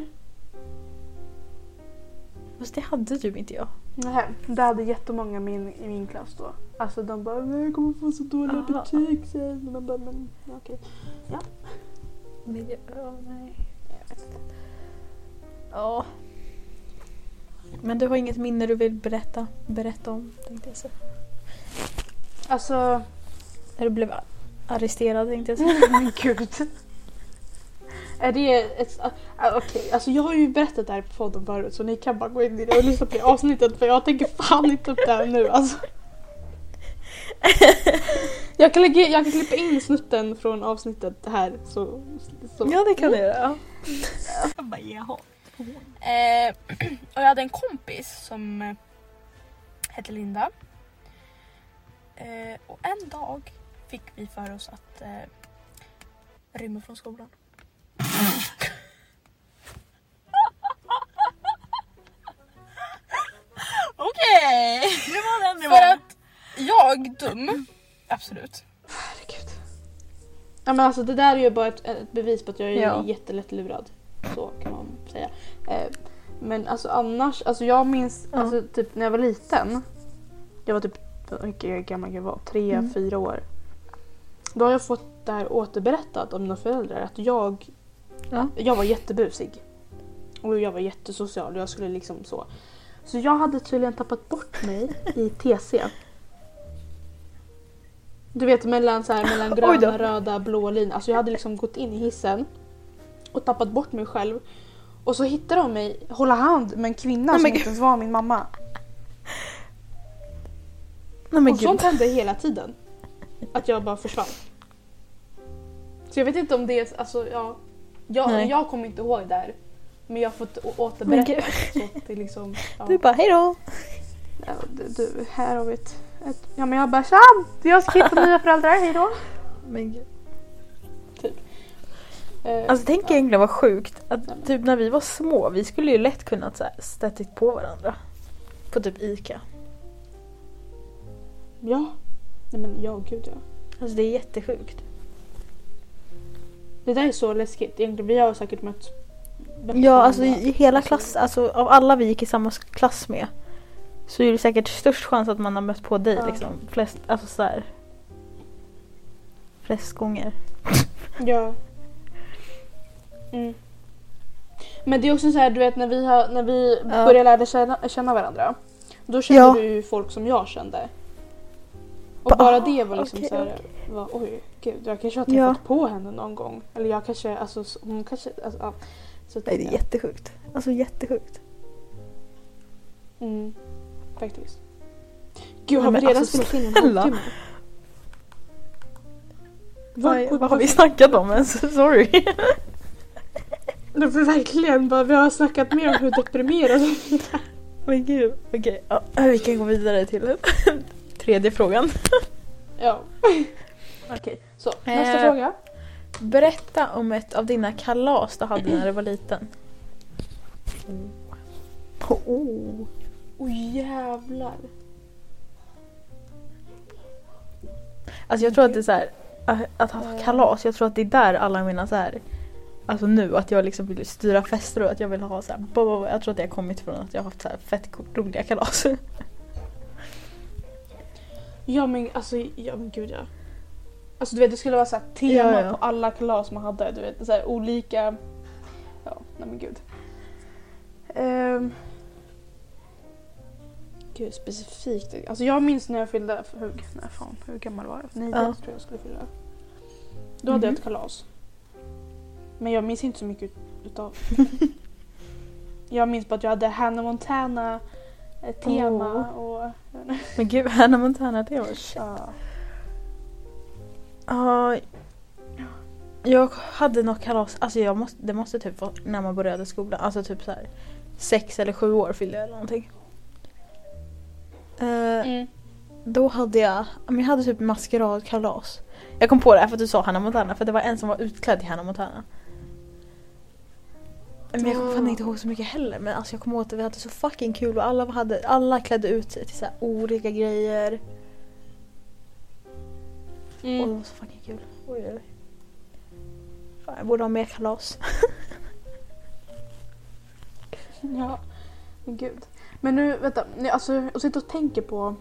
Fast det hade typ inte jag. Nej, det hade jättemånga min, i min klass då. Alltså de bara, nej, jag kommer få så dåliga Aha. betyg sen. Och man bara, men okej. Ja. Men jag, ja, nej. Ja. Men du har inget minne du vill berätta, berätta om, tänkte jag säga. Alltså, När du blev arresterad, tänkte jag säga. men gud. Är det ett... Uh, Okej, okay. Alltså jag har ju berättat det här på podden förut, så ni kan bara gå in i det och lyssna på det avsnittet, för jag tänker fan inte upp det här nu alltså. Jag kan, lägga, jag kan klippa in snutten från avsnittet här så... så. Ja, det kan du göra. Ja. Jag bara, jaha. Eh, och jag hade en kompis som eh, hette Linda. Eh, och en dag fick vi för oss att eh, rymmer från skolan. Okej, det var den nivån. För att jag dum, absolut. Herregud. Ja men alltså det där är ju bara ett, ett bevis på att jag är Ja. jättelätt lurad. Så kan man säga. Eh, men alltså annars, alltså jag minns Ja. alltså typ när jag var liten. Jag var typ, hur gammal jag var? Tre, Mm. fyra år. Då har jag fått det här återberättat av mina föräldrar att jag, Ja. jag var jättebusig. Och jag var jättesocial och jag skulle liksom så. Så jag hade tydligen tappat bort mig i T C. Du vet mellan, så här, mellan Oj då. gröna, röda, blå linjer. Alltså jag hade liksom gått in i hissen och tappat bort mig själv. Och så hittade de mig hålla hand med en kvinna Nej, som men inte gud. ens var min mamma. Nej men Och sånt gud. hände hela tiden. Att jag bara försvann. Så jag vet inte om det är, alltså ja. Jag, Nej. jag kommer inte ihåg det här. Men jag har fått å- Men återberätta. gud. Så att det liksom, ja. Du bara hejdå. Ja, du, du, här har vi ett, ett... Ja men jag bara tja! Jag ska hitta nya föräldrar, hejdå! Men gud. Eh, Alltså tänk ja. egentligen vad sjukt att Nej, men- typ när vi var små, vi skulle ju lätt kunnat så här stötit på varandra. På typ Ica. Ja. Nej men ja, gud ja. Alltså det är jättesjukt. Det där är så läskigt. Egentligen, vi har säkert mött... mött Ja, alltså varandra. i i hela klass, alltså av alla vi gick i samma klass med, så är det säkert störst chans att man har mött på dig Ja. liksom. Flest, alltså så här. Flest gånger. Ja. Mm. Men det är också så här, du vet när vi, har, när vi Ja. började lära känna, känna varandra. Då kände Ja. du ju folk som jag kände. Och Ba- bara det var liksom okej, så här, okej. var, oj gud, jag kanske har Ja. träffat på henne någon gång. Eller jag kanske, alltså hon kanske, alltså, ja. Så Nej, det är ja. jättesjukt. Alltså jättesjukt. Mm, faktiskt. Gud, har Nej, vi men redan alltså, spelat in en snälla. halvtimme? Vad, vad har vi snackat om ens? Sorry. Det var verkligen bara, vi har snackat mer om hur deprimerade vi är. Men gud. Okej, ja, vi kan gå vidare till tredje frågan. Ja. Okej, så nästa Eh. fråga. Berätta om ett av dina kalas du hade när du var liten. Oh. Oh. Åh jävlar. Alltså jag tror att det är så här, att ha kalas, jag tror att det är där alla mina så här, alltså nu att jag liksom vill styra fester och att jag vill ha så här, bo- bo- jag tror att det har kommit från att jag har haft så här fett roliga kalas. Ja men alltså, ja men gud ja. Alltså du vet det skulle vara så här tema Ja, ja. på alla kalas man hade, du vet så här olika. Ja, nej men gud. Ehm. Gud specifikt. Alltså jag minns när jag fyllde, hur, nej, fan, hur gammal var jag? Nio Ja. tror jag skulle fylla. Då hade jag Mhm. ett kalas. Men jag minns inte så mycket ut- utav. Jag minns bara att jag hade Hannah Montana ett tema och Men gud, Hannah Montana, det var shit. ja. Ja, jag hade nog kalas, alltså jag måste, det måste typ vara när man började skolan, alltså typ så här sex eller sju år fyllde jag eller någonting. Eh, Mm. Då hade jag, men jag hade typ maskeradkalas. Jag kom på det här för att du sa Hannah Montana, för det var en som var utklädd till Hannah Montana. Men jag kommer fan inte ihåg så mycket heller, men alltså jag kommer ihåg att vi hade så fucking kul och alla, hade, alla klädde ut sig till så här olika grejer. Och det Mm. var så fucking kul. Oj, oj, oj. Fan, jag borde ha mer kalas. Ja, men gud. Men nu, vänta, nej, alltså jag sitter och tänker på.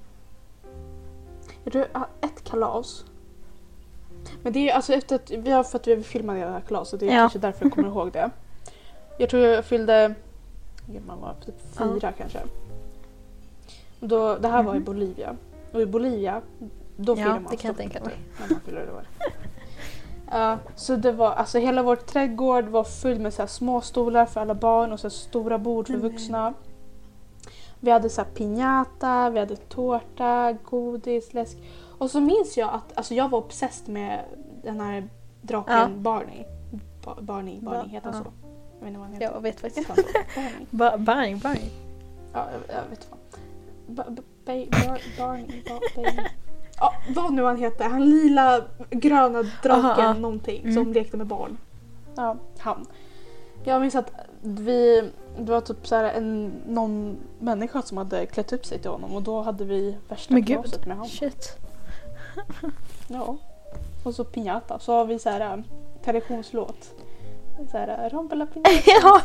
Jag tror jag har ett kalas. Men det är alltså efter att vi har, för att vi har filmat det här kalaset, det är Ja. kanske därför jag kommer ihåg det. Jag tror jag fyllde, hur gammal var jag? Typ fyra Ja. kanske. Och Då, det här var i Mhm. Bolivia. Och i Bolivia, då Ja, fyller man det kan jag stort, tänka mig. När man fyller det år. Ja, så det var, alltså hela vår trädgård var full med så här små stolar för alla barn och så här stora bord för Nej, men. vuxna. Vi hade så här piñata, vi hade tårta, godis, läsk. Och så minns jag att alltså jag var obsessed med den här draken Ja. Barney. Ba- Barney, Barney Ja, heter han ja. så? Jag vet inte vad han heter. Jag vet faktiskt Heter inte. han så? Barney. Ba- Bang, bang. Ja, jag, jag vet fan. Ba- ba- ba- bar- Barney, ba- Barney. ja, vad nu han heter, han lila gröna draken Aha, ja. någonting Mm. som lekte med barn. Ja, han. Jag minns att vi, det var typ så här en, någon människa som hade klätt upp sig till honom och då hade vi värsta Men gud, kalaset med honom. shit. Ja. Och så piñata. Så har vi så här um, traditionslåt. Så här rompa la piñata. Ja.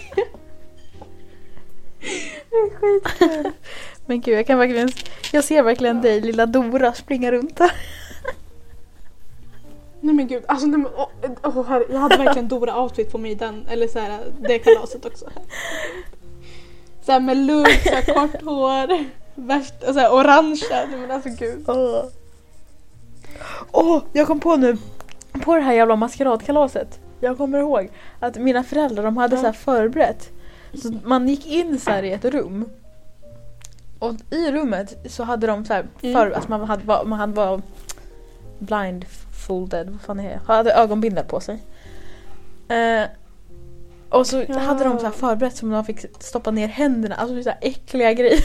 Det är skitkul. Men gud, jag kan verkligen, jag ser verkligen Ja. dig, lilla Dora, springa runt där. Nej men gud, alltså nej, men, åh, åh, herre, jag hade verkligen Dora-outfit på mig den, eller så här, det kalaset också. Så här med lugg, så här kort hår, värst, och så här orangea, nej men alltså gud. Åh, oh, jag kom på nu, på det här jävla maskeradkalaset. Jag kommer ihåg att mina föräldrar, de hade Ja. så här förberett. Så man gick in så här i ett rum. Och i rummet så hade de så här Mm. för, alltså man hade, var- man hade var blindfolded, vad fan är det? Hade ögonbindel på sig. Eh, och så Ja. hade de så här förberett som de fick stoppa ner händerna, alltså så här äckliga grejer.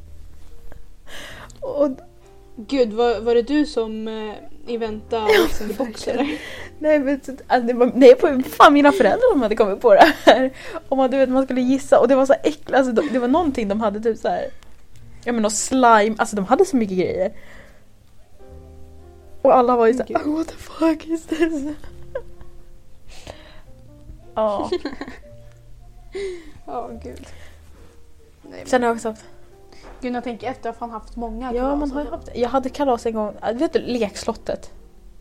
Och Gud, var, var det du som äh, inventade What's in the box eller? nej, men, så- alltså, det var, nej, på, fan mina föräldrar som hade kommit på det här. Och man, du vet, man skulle gissa och det var så äckligt, alltså, det, det var någonting de hade typ så här. Jag menar slime, alltså de hade så mycket grejer. Och alla var ju så här, Gud. oh, what the fuck is this? Ja. Ja, gud. Nej, Sen har jag också haft, Gud, jag tänker efter, jag har fan haft många ja, kalas, man har ju alltså. haft, jag hade kalas en gång, äh, vet du, lekslottet.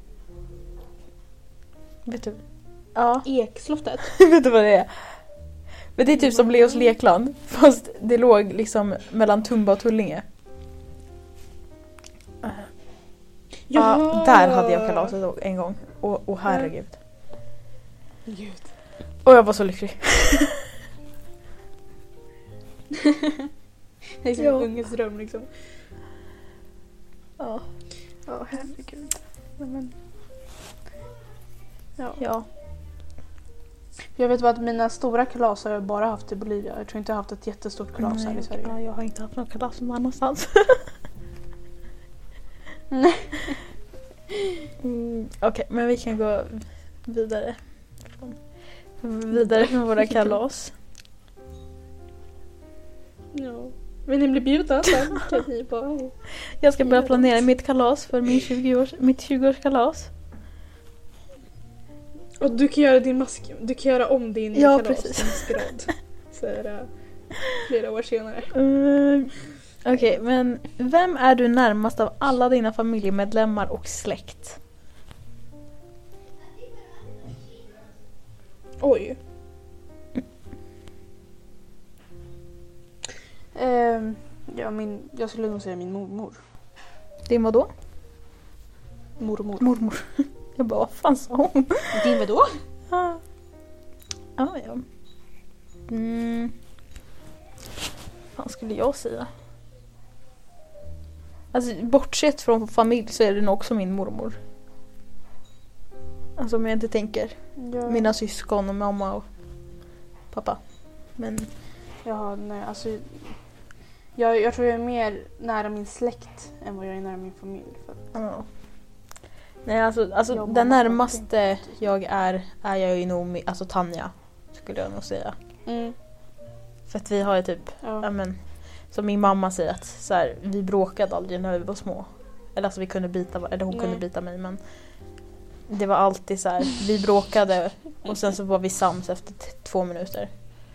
Vet du? Ja, Ekslottet. vet du vad det är? Men det är typ som Leos lekland, fast det låg liksom mellan Tumba och Tullinge. Ja, där hade jag kalaset en gång. Och, och herregud. Gud. Och jag var så lycklig. Det är som Ja. en unges dröm liksom. Ja. Ja, herregud. Men, ja. Ja. Jag vet bara att mina stora kalas har jag bara haft i Bolivia. Jag tror inte jag har haft ett jättestort kalas här i Sverige. Ja, jag har inte haft någon kalas någon annanstans. mm, Okej, men vi kan gå vidare. Vidare med våra kalas. Ja. Vill ni bli bjudna sen? Kan ni bara... Jag ska börja planera mitt kalas för min tjugo-års, mitt tjugo-årskalas. Och du kan göra din mask... Du kan göra om din Ja, kalas precis. till maskerad. Så är det flera år senare. Mm, Okej, men vem är du närmast av alla dina familjemedlemmar och släkt? Oj. Ehm, ja, min, jag skulle nog säga min mormor. Din vadå? Mormor. Mormor. Jag bara, vad fan sa hon? Din vadå? Ah. Ah, ja. Mm. Vad skulle jag säga? Alltså, bortsett från familj så är det nog också min mormor. Alltså om jag inte tänker Ja. mina syskon och mamma och pappa. Men Ja, nej, alltså... Jag, jag tror jag är mer nära min släkt än vad jag är nära min familj. För. ja. Nej, alltså, alltså Jag och den mamma närmaste jag är är jag ju nog med, alltså Tanja skulle jag nog säga. Mm. För att vi har ju typ, Ja. ja men som min mamma säger att så här, vi bråkade aldrig när vi var små. Eller alltså vi kunde bita, eller hon Nej. kunde bita mig, men det var alltid så här, vi bråkade och sen så var vi sams efter t- två minuter.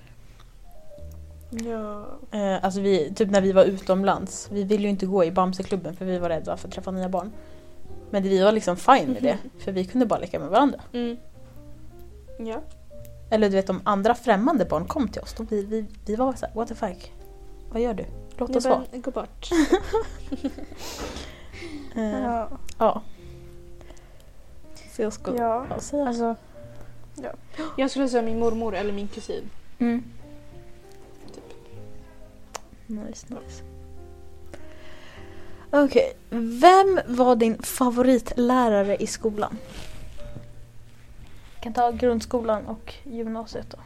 Ja. Eh, alltså vi, typ när vi var utomlands, vi ville ju inte gå i Bamseklubben för vi var rädda för att träffa nya barn. Men vi var liksom fine med det, för vi kunde bara leka med varandra. Mm. Ja. Eller du vet, om andra främmande barn kom till oss, då vi, vi, vi var så här, what the fuck? Vad gör du? Låt oss vara. Men, gå bort. Eh, Ja. ja. Så jag skulle Ja. ja, säga. Alltså, ja. Jag skulle säga min mormor eller min kusin. Mm. Nice, nice. Okej, vem var din favoritlärare i skolan? Jag kan ta grundskolan och gymnasiet då.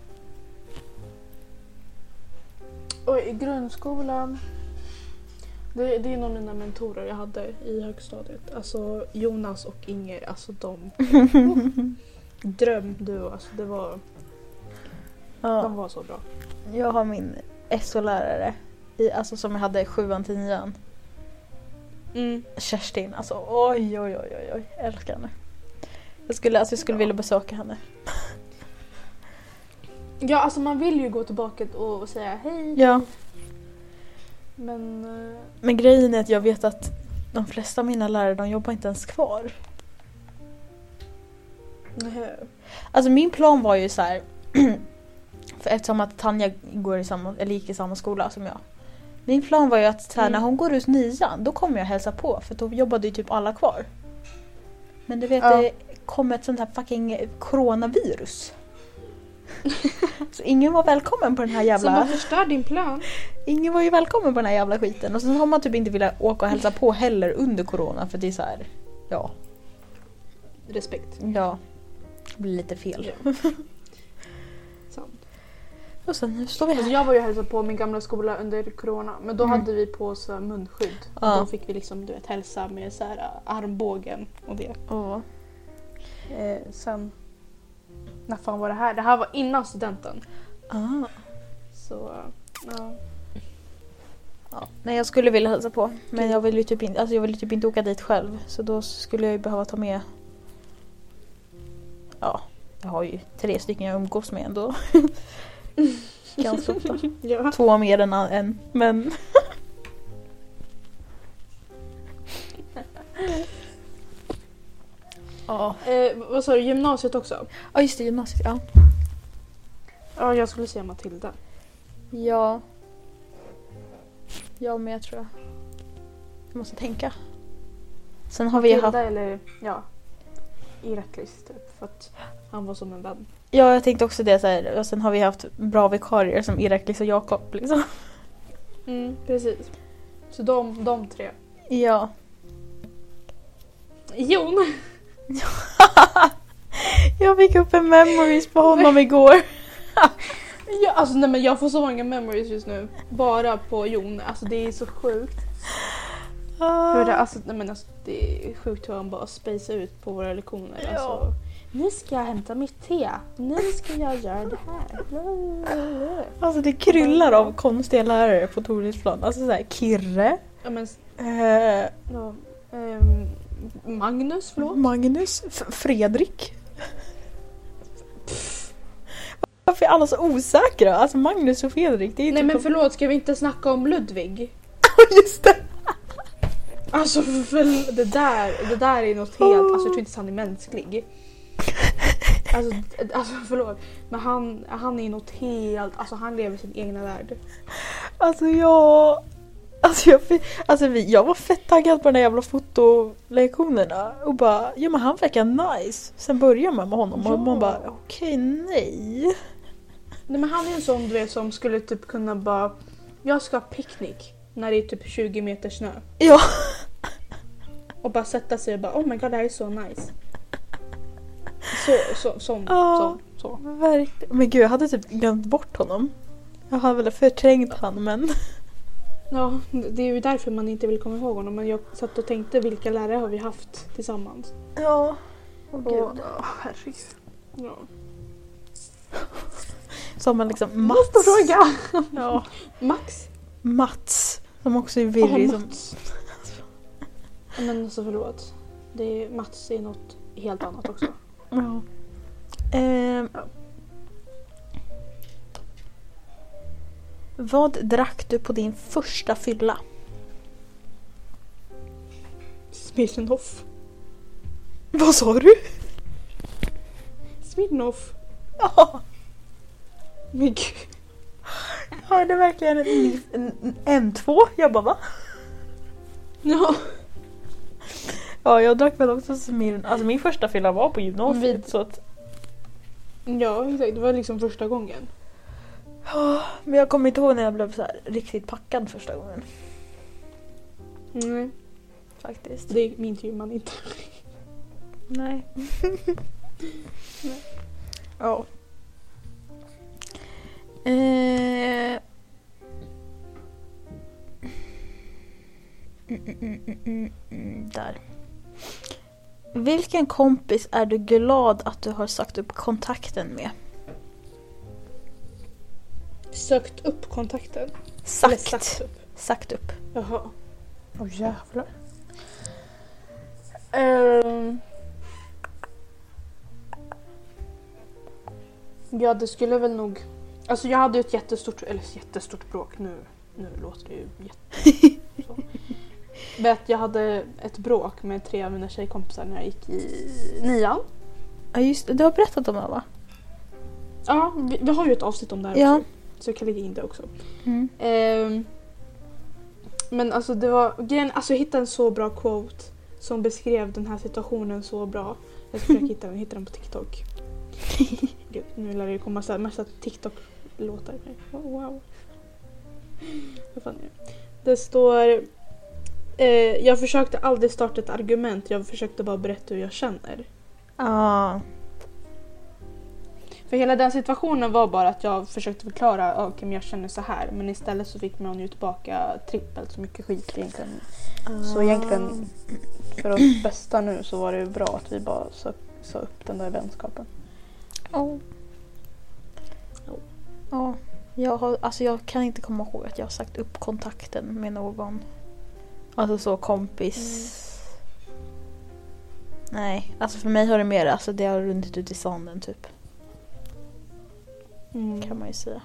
Och i grundskolan Det, det är nog mina mentorer jag hade i högstadiet. Alltså Jonas och Inger, alltså de. Oh, drömduo, alltså det var... Ja. De var så bra. Jag har min S O-lärare i, alltså som jag hade sjuan till nian. Mm. Kerstin, alltså oj oj oj oj oj, jag älskar henne. Jag skulle, alltså, jag skulle Ja. vilja besöka henne. Ja, alltså man vill ju gå tillbaka och, och säga hej. Ja, Men... eh, men grejen är att jag vet att de flesta av mina lärare, de jobbar inte ens kvar. nej. Alltså min plan var ju så här. För eftersom att Tanja går i samma, eller gick i samma skola som jag. Min plan var ju att så här, Mm. när hon går ut nian, då kommer jag hälsa på. För då jobbade ju typ alla kvar. Men du vet, Ja. det kom ett sånt här fucking coronavirus. Så ingen var välkommen på den här Som jävla... bara förstör din plan. Ingen var ju välkommen på den här jävla skiten. Och sen har man typ inte velat åka och hälsa på heller under corona. För det är så här, ja, Respekt. ja. Det blir lite fel. Ja. Sant. Och sen nu står vi Alltså här. jag var ju och hälsade på min gamla skola under corona. Men då Mm. hade vi på så här munskydd. Ja. Och då fick vi liksom, du vet, hälsa med så här äh, armbågen och det. Åh. Eh, sen... När fan var det här? Det här var innan studenten. Ah. Så, ja. Ja. Nej, jag skulle vilja hälsa på. Men jag vill ju typ inte, alltså jag vill ju typ inte åka dit själv. Så då skulle jag ju behöva ta med... Ja, jag har ju tre stycken jag umgås med ändå. Ganska ofta. Ja. Två mer än en, men... Ja, Eh, vad sa du? Gymnasiet också? ja just det, gymnasiet, ja. Ja, jag skulle säga Matilda. Ja. Ja, men jag tror jag... Jag måste tänka. Sen har vi Matilda haft... eller, ja, Iraklis typ. För att han var som en vän. Ja, jag tänkte också det så här. Och sen har vi haft bra vikarier som Iraklis och Jakob liksom. Mm, precis. Så de, de tre. Ja. Jon! Jag fick upp en memories på honom igår. Ja, alltså nej men jag får så många memories just nu. Bara på Jon. Alltså det är så sjukt. Hur det, alltså, nej men alltså, det är sjukt hur han bara spacear ut på våra lektioner. Ja. Alltså, nu ska jag hämta mitt te. Nu ska jag göra det här. Alltså det kryllar av konstiga lärare på Tornedalsplan. Alltså så här, Kirre. Ja, men, Eh, ja, ehm, Magnus, förlåt. Magnus. F- Fredrik. Varför är alla så osäkra? Alltså Magnus och Fredrik. Det är ju Nej typ men förlåt, ska vi inte snacka om Ludvig? just det. Alltså för det där, det där är något helt, alltså jag tror inte han är mänsklig. Alltså, alltså förlåt, men han, han är något helt, alltså han lever sin egna värld. Alltså jag... Alltså jag, alltså vi, jag var fett taggad på den där jävla fotolektionerna. Och bara, ja men han verkar nice. Sen börjar man med honom och Ja. man bara, okej, nej. Nej men han är en sån du vet som skulle typ kunna bara, jag ska ha picknick när det är typ tjugo meter snö. Ja. Och bara sätta sig och bara, oh my god det här är så nice. Så, så, sån, Ja. så, så. Verkligen. Men gud, jag hade typ glömt bort honom. Jag hade väl förträngt han, men... Ja, det är ju därför man inte vill komma ihåg honom. Men jag satt och tänkte vilka lärare har vi haft tillsammans. Ja. Åh Och, gud. ja, herregud. Ja. Som en liksom Måste Mats. fråga! Ja. Max? Mats. Som också är Åh, virrig. Som... Mats. Men alltså förlåt. Det är, Mats är något helt annat också. Ja. Ehm. Ja. Vad drack du på din första fylla? Smirnoff. Vad sa du? Smirnoff. Ja. Men gud. Jag hörde verkligen en, en M två. Jag bara, va? Ja. Ja, jag drack väl också Smirn. Alltså min första fylla var på gymnasiet. Vid- Så att, Ja, exakt. Det var liksom första gången. Ja, men jag kommer inte ihåg när jag blev så här riktigt packad första gången. Nej. Faktiskt. Det minns ju man inte. Nej. Ja. Eh. Mm, mm, mm, mm, mm, där. Vilken kompis är du glad att du har sagt upp kontakten med? Sökt upp kontakten? Eller Sagt. sagt upp? Sagt upp. Jaha. Åh oh, jävlar. Um, ja, det skulle väl nog... Alltså jag hade ju ett jättestort, eller jättestort bråk. Nu, nu låter det ju jätte... så. Vet, jag hade ett bråk med tre av mina tjejkompisar när jag gick i nian. Ja, just det. Du har berättat om det, va? Ja, vi, vi har ju ett avsnitt om det här Ja. också. Så jag kan lägga in det också. Mm. Um, men alltså det var... Grejen, alltså jag hittade en så bra quote som beskrev den här situationen så bra. Jag ska försöka hitta den, hitta den på TikTok. Gud, nu lär det ju komma så här massa TikTok-låtar. Wow. Vad fan är det? Det står... Eh, jag försökte aldrig starta ett argument. Jag försökte bara berätta hur jag känner. Ah. För hela den situationen var bara att jag försökte förklara okej, okay, men jag känner så här. Men istället så fick man ju tillbaka trippelt så mycket skit egentligen. Ah. Så egentligen för oss bästa nu så var det bra att vi bara sa, sa upp den där vänskapen. Oh. Ja, jag har, alltså jag kan inte komma ihåg att jag har sagt upp kontakten med någon. Alltså så kompis. Mm. Nej, alltså för mig har det mer, alltså det har runnit ut i sanden typ. Mm. Kan man ju säga.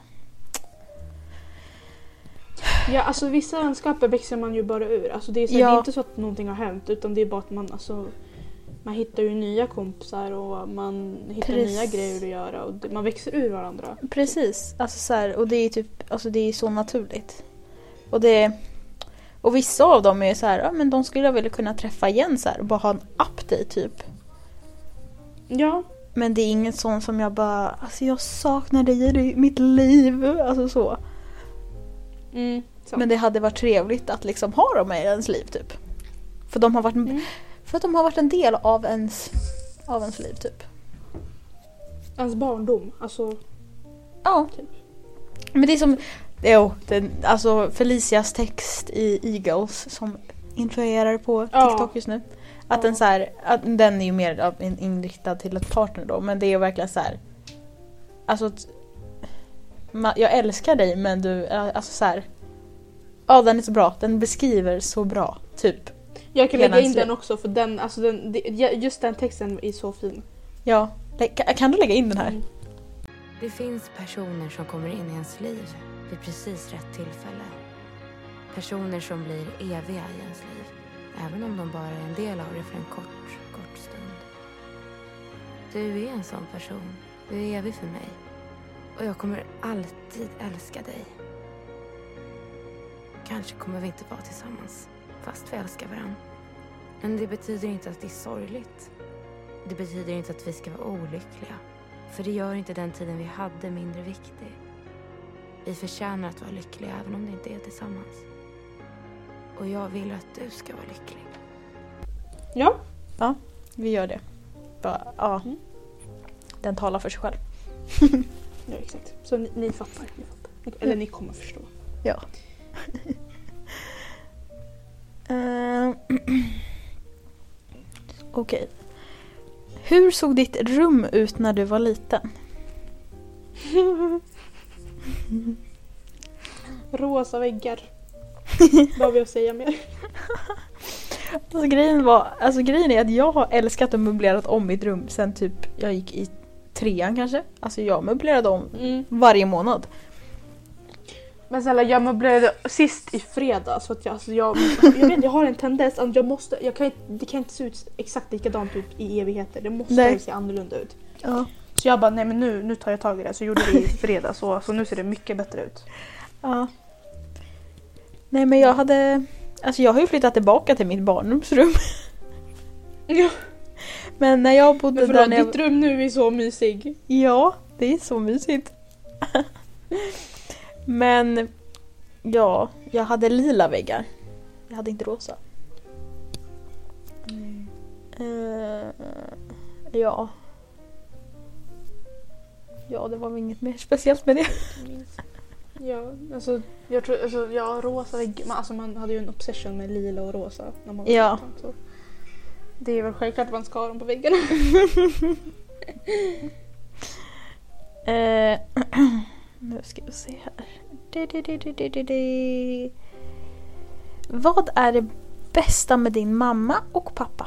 Ja, alltså vissa vänskaper växer man ju bara ur. Alltså det är, så, ja. det är inte så att någonting har hänt, utan det är bara att man alltså man hittar ju nya kompisar och man hittar Precis. nya grejer att göra och man växer ur varandra. Precis, alltså så här, och det är typ, alltså det är så naturligt. Och det och vissa av dem är så här, ja men de skulle jag väl kunna träffa igen så här och bara ha en update typ. Ja. Men det är ingen sån som jag bara, alltså jag saknar dig i mitt liv, alltså så. Mm, så. Men det hade varit trevligt att liksom ha dem i ens liv typ. För de har varit mm. för att de har varit en del av ens av ens liv typ. Ens barndom, alltså. Ja. Typ. Men det är som jo, den, alltså Felicias text i Eagles som influerar på TikTok ja. just nu. Att ja. den så här, att den är ju mer inriktad till ett partner då, men det är ju verkligen så här. Alltså jag älskar dig, men du alltså så här. Ja, den är så bra. Den beskriver så bra typ. Jag kan lägga in den också för den alltså den just den texten är så fin. Ja, kan du lägga in den här? Mm. Det finns personer som kommer in i ens liv vid precis rätt tillfälle. Personer som blir eviga i ens liv, även om de bara är en del av det för en kort, kort stund. Du är en sån person. Du är evig för mig. Och jag kommer alltid älska dig. Kanske kommer vi inte vara tillsammans, fast vi älskar varandra. Men det betyder inte att det är sorgligt. Det betyder inte att vi ska vara olyckliga. För det gör inte den tiden vi hade mindre viktig. Vi förtjänar att vara lyckliga även om det inte är tillsammans. Och jag vill att du ska vara lycklig. Ja. Ja, vi gör det. Bara, ja. Mm. Den talar för sig själv. Ja, exakt. Så ni, ni fattar. Ni fattar. Eller ni kommer förstå. Ja. uh, Okej. Okay. Hur såg ditt rum ut när du var liten? Rosa väggar. Vad vill jag säga mer? Alltså, grejen var, alltså grejen är att jag har älskat och möblerat om mitt rum sen typ jag gick i trean kanske. Alltså jag möblerade om mm. varje månad. Men snälla, jag möblerade sist i fredags så att jag, alltså jag, jag vet jag har en tendens att jag måste, jag kan, det kan inte se ut exakt likadant ut i evigheter. Det måste nej. se annorlunda ut. Ja. Så jag bara, nej men nu, nu tar jag tag i det. Så gjorde det i fredags så, så nu ser det mycket bättre ut. Ja. Nej men jag hade, alltså jag har ju flyttat tillbaka till mitt barndomsrum. Ja. Men när jag bodde men förlåt, där när jag... ditt rum nu är så mysig. Ja, det är så mysigt. Men ja, jag hade lila väggar. Jag hade inte rosa. Mm. Uh, ja. Ja, det var inget mer speciellt med det. Ja, alltså jag tror, alltså ja, rosa vägg, man, alltså man hade ju en obsession med lila och rosa när man var Ja. liten, så. Det är väl självklart att man ska ha dem på väggarna. eh, nu ska vi se här. Di, di, di, di, di, di. Vad är det bästa med din mamma och pappa?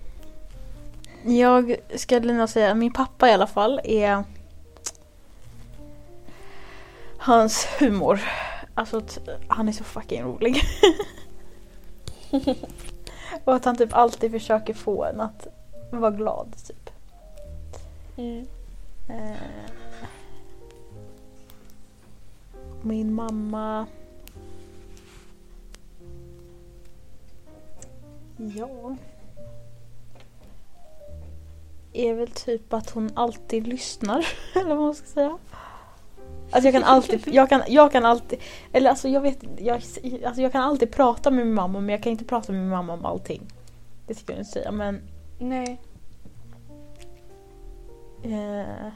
Jag skulle nog säga att min pappa i alla fall är hans humor. Alltså att han är så fucking rolig. Och att han typ alltid försöker få en att vara glad typ. Mm. Eh, min mamma... Ja... är väl typ att hon alltid lyssnar. Eller vad man ska säga. Alltså jag kan alltid... Jag kan, jag kan alltid... Eller alltså jag vet... Jag, alltså jag kan alltid prata med min mamma, men jag kan inte prata med min mamma om allting. Det ska jag inte säga, men... Nej. Eh,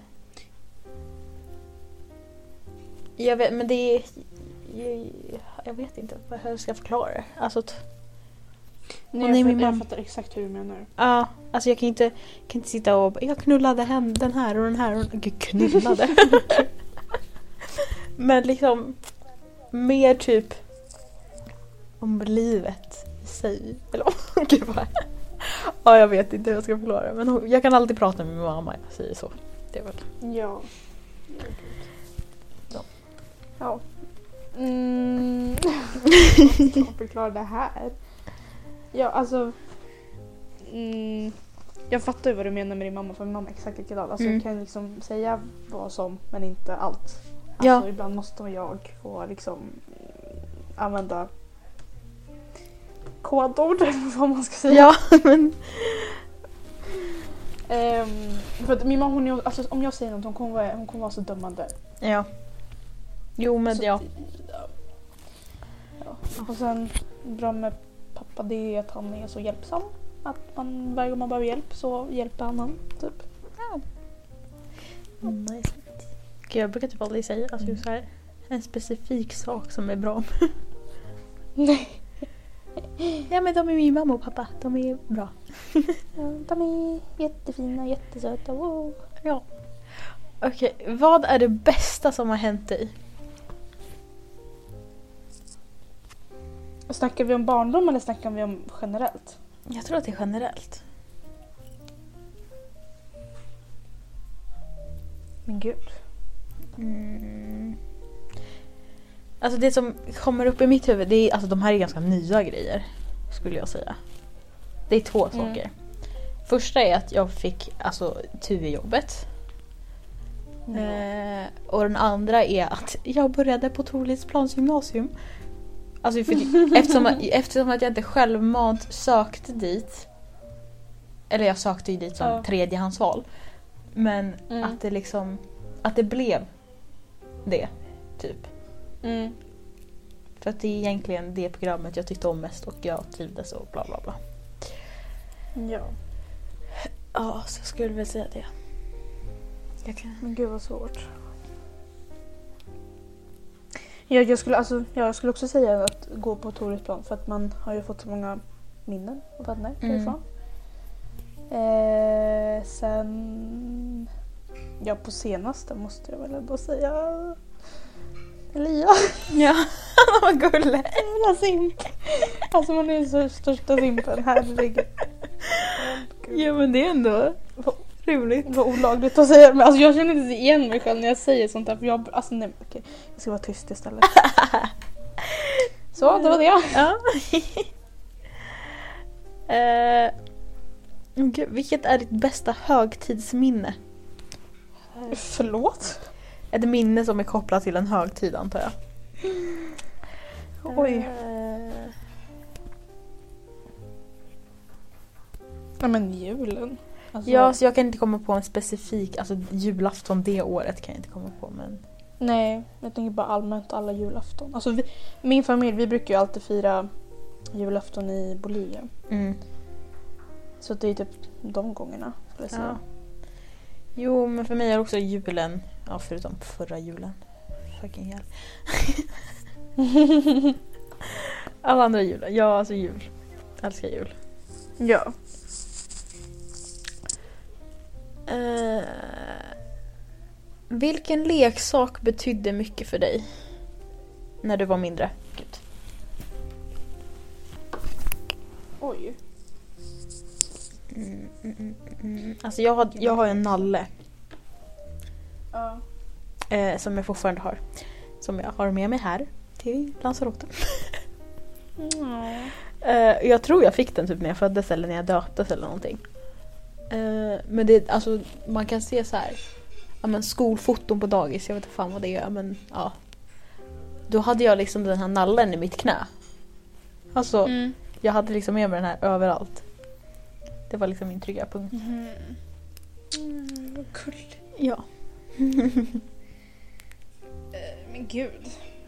jag vet, men det är... Jag, jag vet inte hur jag ska förklara det. Alltså... T- Nej, Och nej, jag, min fattar, jag mamma- fattar exakt hur du menar. Ja, alltså jag kan inte, kan inte sitta och... Jag knullade hem den här och den här och... Gud, knullade. Men liksom... Mer typ... Om livet i sig. Eller gud vad... Ja, jag vet inte hur jag ska förklara. Men hon- jag kan alltid prata med min mamma, jag säger så. Det är väl... Ja. Ja. Ja. Mm. Jag ska förklara det här. Ja, alltså... Mm, jag fattar ju vad du menar med din mamma, för min mamma är exakt likadan. Alltså Mm. jag kan liksom säga vad som, men inte allt. Alltså Ja. ibland måste jag få liksom använda kodord, eller vad man ska säga. Ja, men... Ehm, för att min mamma, hon är, alltså, om jag säger något, hon kommer vara, hon kommer vara så dömande. Ja. Jo, men Så ja. att- ja. Ja. Och sen bra med pappa, det är att han är så hjälpsam. Att man, varje gång man behöver hjälp så hjälper han han, typ. Nice. Gud, jag brukar typ aldrig säga alltså, så här, en specifik sak som är bra. Nej. Ja, men de är min mamma och pappa. De är bra. Ja, de är jättefina, jättesöta. Wow. Ja. Okej, vad är det bästa som har hänt dig? Snackar vi om barndom eller snackar vi om generellt? Jag tror att det är generellt. Men gud. Mm. Alltså det som kommer upp i mitt huvud, det är, alltså de här är ganska nya grejer, skulle jag säga. Det är två Mm. saker. Första är att jag fick alltså T V-jobbet. Eh, och den andra är att jag började på Torlidsplans gymnasium. Alltså för, eftersom, att, eftersom att jag inte självmant sökte dit. Eller jag sökte ju dit som Ja. tredjehandsval. Men Mm. att det liksom... Att det blev det, typ. Mm. För att det är egentligen det programmet jag tyckte om mest och jag trivdes och bla bla bla. Ja. Ja, så skulle jag väl säga det. Jag kan... Men gud vad svårt. Jag, jag, skulle, alltså, jag skulle också säga att gå på Torlisplan, för att man har ju fått så många minnen och vänner Mm. därifrån. Eh, sen... Ja, på senaste måste jag väl ändå säga... Elia. Ja, vad gulligt. Jävla simp. Alltså man är så största simpen, herregud. Ja, men det är ändå roligt. Det var olagligt att säga, men alltså jag känner inte igen mig själv när jag säger sånt här, för jag, alltså nej, okej, jag ska vara tyst istället. Så, det var det. Ja. eh, gud, vilket är ditt bästa högtidsminne? Förlåt? Ett minne som är kopplat till en högtid, antar jag. Oj. Eh, Ja, men julen. Alltså, ja, så jag kan inte komma på en specifik, alltså julafton det året kan jag inte komma på, men... Nej, jag tänker bara allmänt alla julafton. Alltså vi, min familj, vi brukar ju alltid fira julafton i Bolivia. Mm. Så det är typ de gångerna, skulle jag säga. Ja. Jo, men för mig är också julen, ja, förutom förra julen. fucking ihjäl. Alla andra jular. Ja, alltså jul. Jag älskar jul. Ja. Uh, vilken leksak betydde mycket för dig när du var mindre? Gud. Oj. Mm, mm, mm, mm. Alltså jag har, jag har en nalle. Ja. Eh, som jag fortfarande har. Som jag har med mig här till Lanzarote. Mm. eh, jag tror jag fick den typ när jag föddes eller när jag döptes eller någonting. Eh, men det, alltså, man kan se så här, ja, men skolfoton på dagis, jag vet inte fan vad det är, men ja. Då hade jag liksom den här nallen i mitt knä. Alltså, Mm. jag hade liksom med mig den här överallt. Det var liksom min trygga punkt. Mm. Mm, vad kul. Ja. Eh, men gud.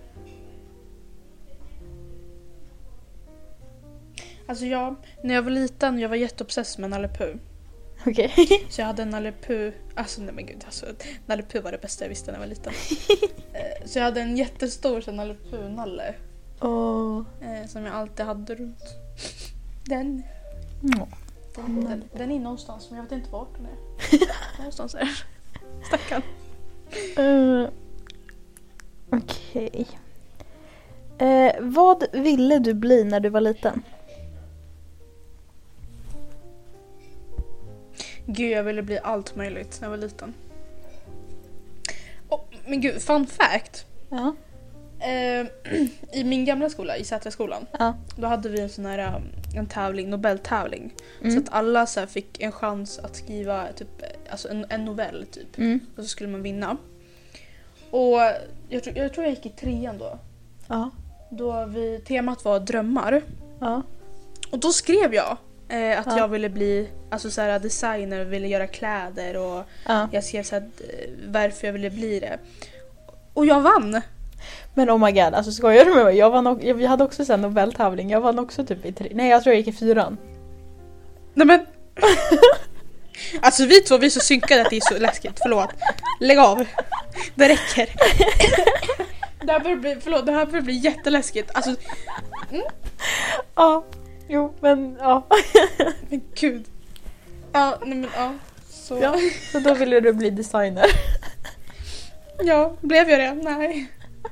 Alltså jag, när jag var liten, jag var jätteobsess med Nalle Puh. Okej. Så jag hade en Nalle Puh, alltså nej men gud, alltså, Nalle Puh var det bästa jag visste när jag var liten. Eh, så jag hade en jättestor så Nalle Puh-nalle. Åh. Eh, som jag alltid hade runt. Den. Ja. Den, den, den är någonstans, men jag vet inte vart den är. Någonstans är stackarn. Uh, Okej. Okay. Uh, vad ville du bli när du var liten? Gud, jag ville bli allt möjligt när jag var liten. Oh, men gud, fun fact. Ja. Eh, I min gamla skola, i Sätraskolan, Ja. då hade vi en sån här um, en tävling, Nobeltävling. Mm. Så att alla så här, fick en chans att skriva typ, alltså en, en novell typ. Mm. Och så skulle man vinna. Och jag, tror- jag tror jag gick i trean då. Ja. Då vi, temat var drömmar. Ja. Och då skrev jag eh, att Ja. jag ville bli alltså, så här, designer, ville göra kläder. Och Ja. jag skrev så här, eh, varför jag ville bli det. Och jag vann! Men oh my god, alltså skojar du med mig? Jag vann också, jag, vi hade också sen Nobeltävling. Jag vann också typ i tre. Nej, jag tror jag gick i fyran. Nej men... Alltså vi två, vi är så synkade att det är så läskigt. Förlåt. Lägg av. Det räcker. Det här börjar bli, förlåt, det här börjar bli jätteläskigt. Alltså, Ja. Jo, men ja. men gud. Ja, nej men ja. Så, Ja. ja. Så då ville du bli designer. Blev jag det? Nej.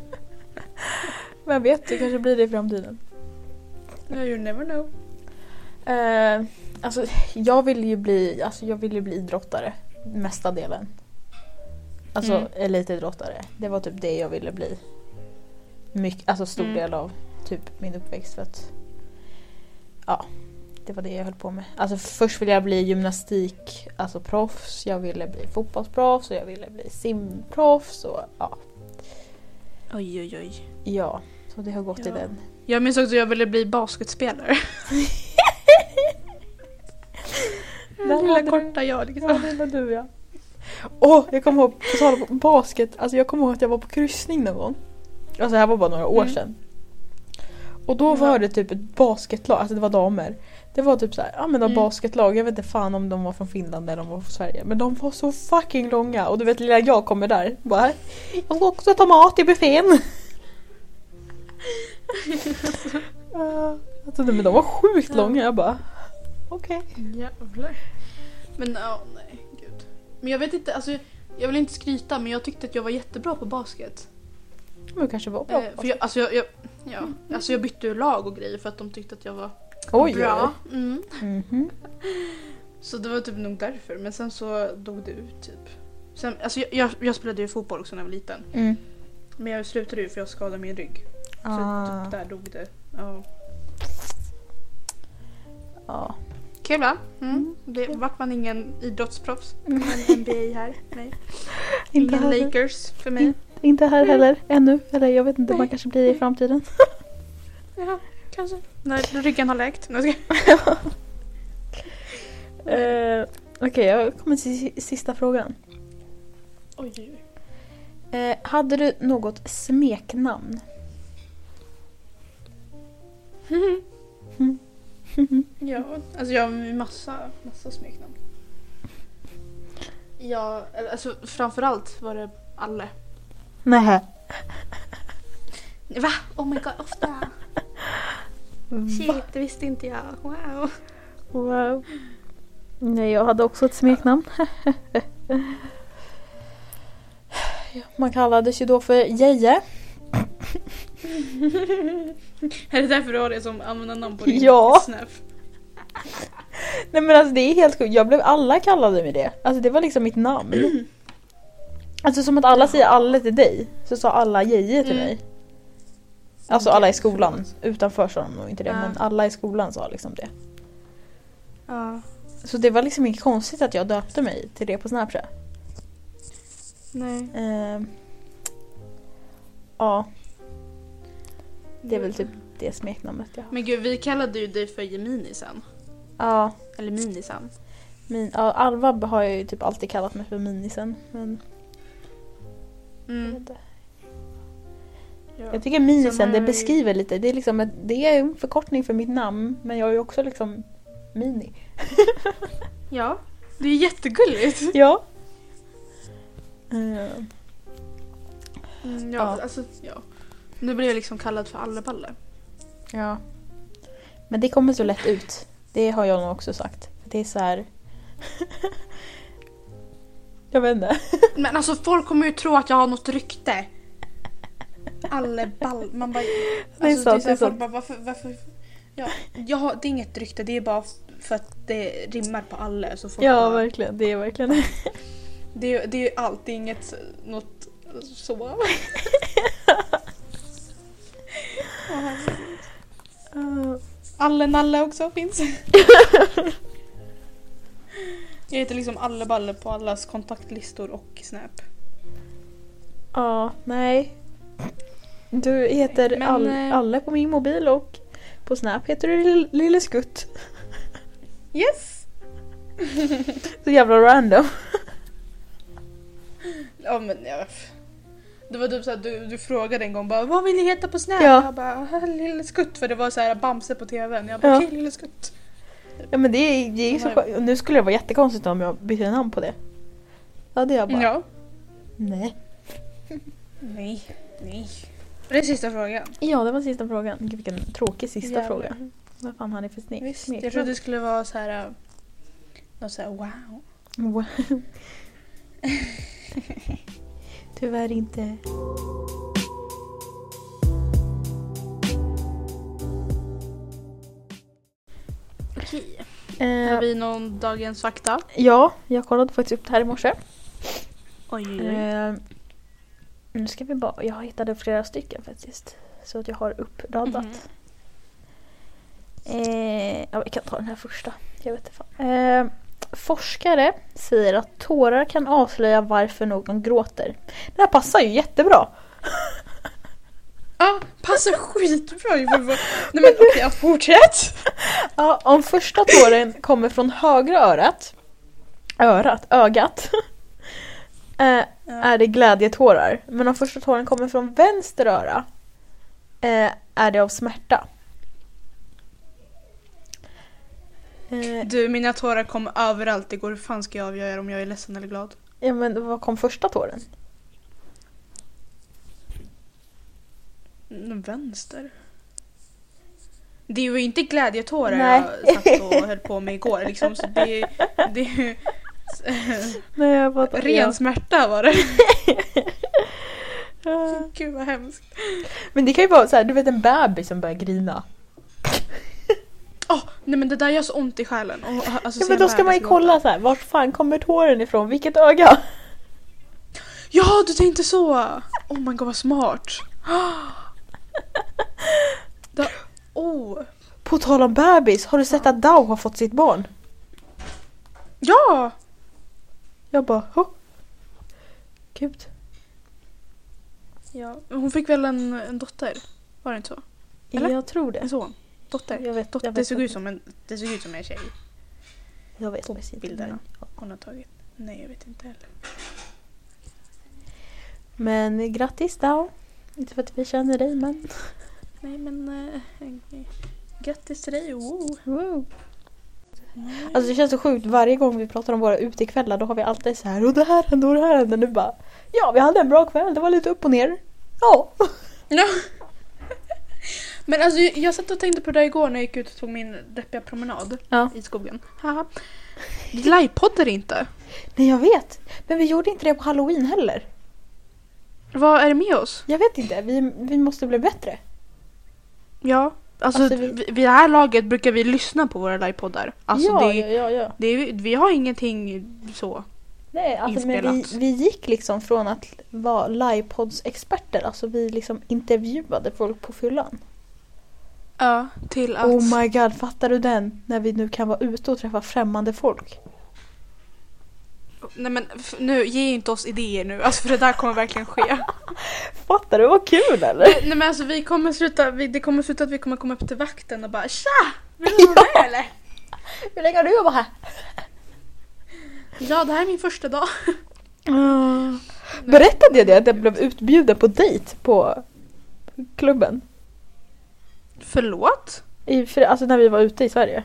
Vem vet, det kanske blir det i framtiden. You never know. Uh, alltså, jag vill ju bli, alltså, jag vill ju bli idrottare. Mesta delen. Alltså, Mm. elitidrottare. Det var typ det jag ville bli. Mycket, alltså stor Mm. del av typ min uppväxt. För att, ja, det var det jag höll på med. Alltså först ville jag bli gymnastik, alltså proffs. Jag ville bli fotbollsproffs och jag ville bli simproffs. Och, ja, Oj, oj, oj. ja, så det har gått Ja. i den. Jag minns också att jag ville bli basketspelare. Där Lilla hade du- korta jag liksom. Ja, det var du, ja. Åh, jag kommer ihåg, på tal om basket, alltså jag kommer ihåg att jag var på kryssning någon gång. Alltså det här var bara några år Mm. sedan. Och då var det typ ett basketlag, alltså det var damer. Det var typ så här, ja men de Mm. basketlag, jag vet inte fan om de var från Finland eller om de var från Sverige. Men de var så fucking långa, och du vet lilla jag kommer där, bara, jag ska också ta mat i buffén. uh, alltså, men de var sjukt Ja. långa, jag bara, okej. Jävlar. Men ja, nej, gud. Men jag vet inte, alltså jag vill inte skryta, men jag tyckte att jag var jättebra på basket. Men det kanske var bra. Eh, för jag, alltså jag, jag, ja, alltså jag bytte ur lag och grejer för att de tyckte att jag var Oj, bra. Mm. Mhm. Så det var typ nog därför, men sen så dog det ut typ. Sen, alltså jag, jag, jag spelade ju fotboll också när jag var liten. Mm. Men jag slutade ju för jag skadade min rygg. Så Ah. typ där dog det. Ja. Ja. Kul va? Mm. Det vart man ingen idrottsproffs. En N B A här. Nej. Inte Ingen här, Lakers för mig. inte här heller ännu. Eller jag vet inte, man kanske blir det i framtiden. Ja, kanske. När ryggen har läkt. Nej, jag ska... uh, Okej, okay, jag kommer till si- sista frågan. Oj, oj, oj. Uh, hade du något smeknamn? Ja, alltså jag har ju massa, massa smeknamn. Ja, eller, alltså framförallt var det Alle. Nej. Va? Oh my god, ofta. Shit, det visste inte jag. Wow. Wow. Nej, jag hade också ett smeknamn. Man kallades ju då för Jeje. Är det därför du har det som användarnamn på din Ja. Snap? Nej men alltså det är helt sjukt. Jag blev, alla kallade mig det. Alltså det var liksom mitt namn. Alltså som att alla säger alla till dig. Så sa alla Jeje till Mm. mig. Alltså alla i Okej, skolan. förlåt. Utanför sa de nog inte det. Ja. Men alla i skolan sa liksom det. Ja. Så det var liksom inte konstigt att jag döpte mig till det på Snapchat. Nej. Eh, ja. Det är väl typ det smeknamnet jag har. Men gud, vi kallade ju dig för Geminisen. Ja. Eller Minisen. Min, ja, Alva har jag ju typ alltid kallat mig för Minisen. Men Mm. jag tycker Minisen, Sen har det jag ju- beskriver lite. Det är liksom ett, det är en förkortning för mitt namn. Men jag är ju också liksom Mini. Ja, det är jättegulligt. Ja. Eh, Mm, Ja. ja, alltså, ja. Nu blir jag liksom kallad för Alleballe. ja. Men det kommer så lätt ut. Det har jag nog också sagt. Det är så här. Jag vet inte. Men alltså folk kommer ju tro att jag har något rykte. Alleball. Man bara... Alltså, Det är sant, så här, det är folk sant. bara, varför, varför... Ja, jag har, det är inget rykte, det är bara för att det rimmar på alla. Så folk Ja, bara, verkligen. Det är verkligen. det, är- det är ju allt, det är inget något så. Uh, Alle Nalle också finns. Jag heter liksom Alleballe på allas kontaktlistor och Snap. Ja, nej. Du heter Men, all, eh, Alle på min mobil och på Snap heter du Lill- Lille Skutt. Yes! Så jävla random. Ja men ja. Det var typ såhär, du, du frågade en gång bara, vad vill ni heta på Snap? Ja. Jag bara, Lille Skutt, för det var så här Bamse på tvn. Jag bara, Ja. okej Lille Skutt. Ja men det är, det är så skönt. Och nu skulle det vara jättekonstigt om jag bytte namn på det. Ja det är jag bara. Ja. Nej. Nej, nej. Och det är sista frågan. Ja det var sista frågan. Gud vilken tråkig sista Jävlar. fråga. Vad fan har ni för sne- Visst, smeknamn? jag trodde det skulle vara så här äh, något så här wow. Wow. Tyvärr inte. Okej. Eh, Har vi någon dagens fakta? ja, jag kollade faktiskt upp det här i morse. Oj, oj, oj. Eh, nu ska vi bara... Jag hittade flera stycken faktiskt. Så att jag har uppradat. Mhm. Eh, ja, vi kan ta den här första. Jag vet inte fan. Eh, forskare säger att tårar kan avslöja varför någon gråter. Det här passar ju jättebra. Ja, passar skitbra. Nej men okej, okay, fortsätt. Ja, om första tåren kommer från högra örat, örat, ögat, eh, är det glädjetårar. Men om första tåren kommer från vänster öra, eh, är det av smärta. Eh, Du, mina tårar kommer överallt. Igår, hur fan ska jag avgöra om jag är ledsen eller glad? ja, men vad kom första tåren? Mm, vänster. Det var ju inte glädjetårar Nej. jag satt och höll på med igår. Liksom, så det, det är ju Nej, jag fattar. ren smärta var det. Ja. Gud vad hemskt. Men det kan ju vara så här, du vet en bebis som börjar grina. Oh, nej men det där gör så ont i själen. Och, alltså, Ja, se men en då ska man ju bebis kolla gråta. så här, vart fan kommer tåren ifrån? Vilket öga? Ja, du tänkte så. Oh my god vad smart. Da, oh. På tal om bebis, har du sett att Dao har fått sitt barn? Ja! Jag bara, oh. Gud. Ja, hon fick väl en, en dotter? Var det inte så? Eller? Jag tror det. En son? Dotter? Jag vet, dotter. jag Det, vet såg inte. ut som en, det såg ut som en tjej Jag vet på precis inte, bilderna men- hon har tagit. Nej, jag vet inte heller. Men grattis Dao. Inte för att vi känner dig, men... Nej, men äh, äh, grattis till dig. Oh. Wow. Alltså det känns så sjukt. Varje gång vi pratar om våra utekvällar, då har vi alltid så här, och det här hände och det här hände. Nu bara, ja vi hade en bra kväll. Det var lite upp och ner. Ja. Ja. Men alltså jag satt och tänkte på det igår när jag gick ut och tog min deppiga promenad Ja. i skogen. Haha. Livepoddar inte. Nej, jag vet. Men vi gjorde inte det på Halloween heller. Vad är det med oss? Jag vet inte. Vi, vi måste bli bättre. Ja, alltså, Alltså, vi- vi... vid det här laget brukar vi lyssna på våra livepoddar. Alltså ja, det, ja, ja, ja. det är, vi har ingenting så. Nej, alltså, men vi, Inspelat. vi gick liksom från att vara livepods-experter. Alltså vi liksom intervjuade folk på fyllan. Ja, till att... Oh my god, fattar du den? När vi nu kan vara ute och träffa främmande folk. Nej men f- nu, ge inte oss idéer nu. Alltså för det där kommer verkligen ske. Fattar du vad kul eller? Nej, nej men alltså vi kommer sluta, vi, det kommer sluta att vi kommer komma upp till vakten och bara tja! Vill du vara med eller? Hur länge har du jobbat här? Ja, det här är min första dag. Berättade jag det att jag blev utbjuden på dejt på klubben? Förlåt? I, för, alltså när vi var ute i Sverige.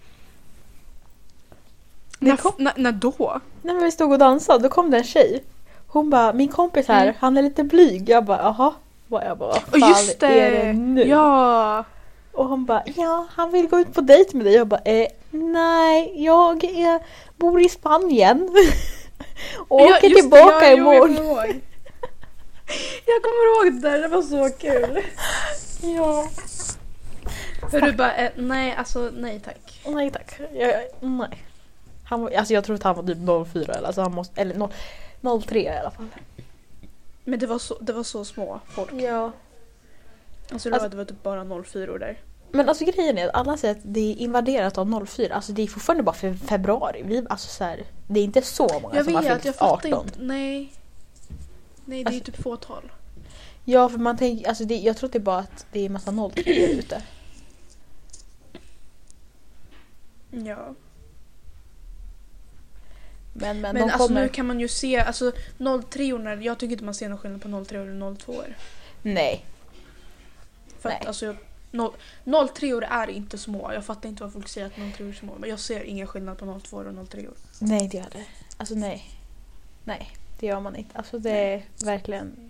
Det När, kom, när, när då? när vi stod och dansade, då kom det en tjej. Hon bara, min kompis här, Mm. han är lite blyg. Jag bara, jaha. Vad jag bara, vad Och fan just det! är det nu? Ja! Och hon bara, ja, han vill gå ut på dejt med dig. Jag bara, eh, nej, jag är, bor i Spanien. Och Ja, åker just det, tillbaka ja, jo, imorgon. Jag kommer ihåg. Jag kommer ihåg det där, det var så kul. Ja. För du bara, eh, nej alltså nej tack. Nej tack. Jag, nej. Han var, alltså jag tror att han var typ noll fyra eller, alltså han måste, eller noll, noll tre i alla fall. Men det var så, det var så små folk. Ja. Alltså det, Alltså- var, det var typ bara noll fyra där. Men alltså grejen är att alla säger att det är invaderat av noll fyra. Alltså det är fortfarande bara för februari. Vi, alltså så här, det är inte så många Jag som har vet, fyllt jag fattar arton. inte. Nej. Nej, det är ju Alltså- typ fåtal. Ja, för man tänker, alltså det, jag tror det är bara att det är massa noll tre ute. Ja. Men, men, Men de alltså kommer... nu kan man ju se, alltså noll tre-orna, jag tycker inte man ser någon skillnad på noll tre och noll två. Nej. För att Nej. alltså noll, noll tre-or är inte små. Jag fattar inte vad folk säger att noll tre är små. Men jag ser ingen skillnad på noll två och noll tre. Nej, det gör det. Alltså nej. Nej, det gör man inte. Alltså det är verkligen...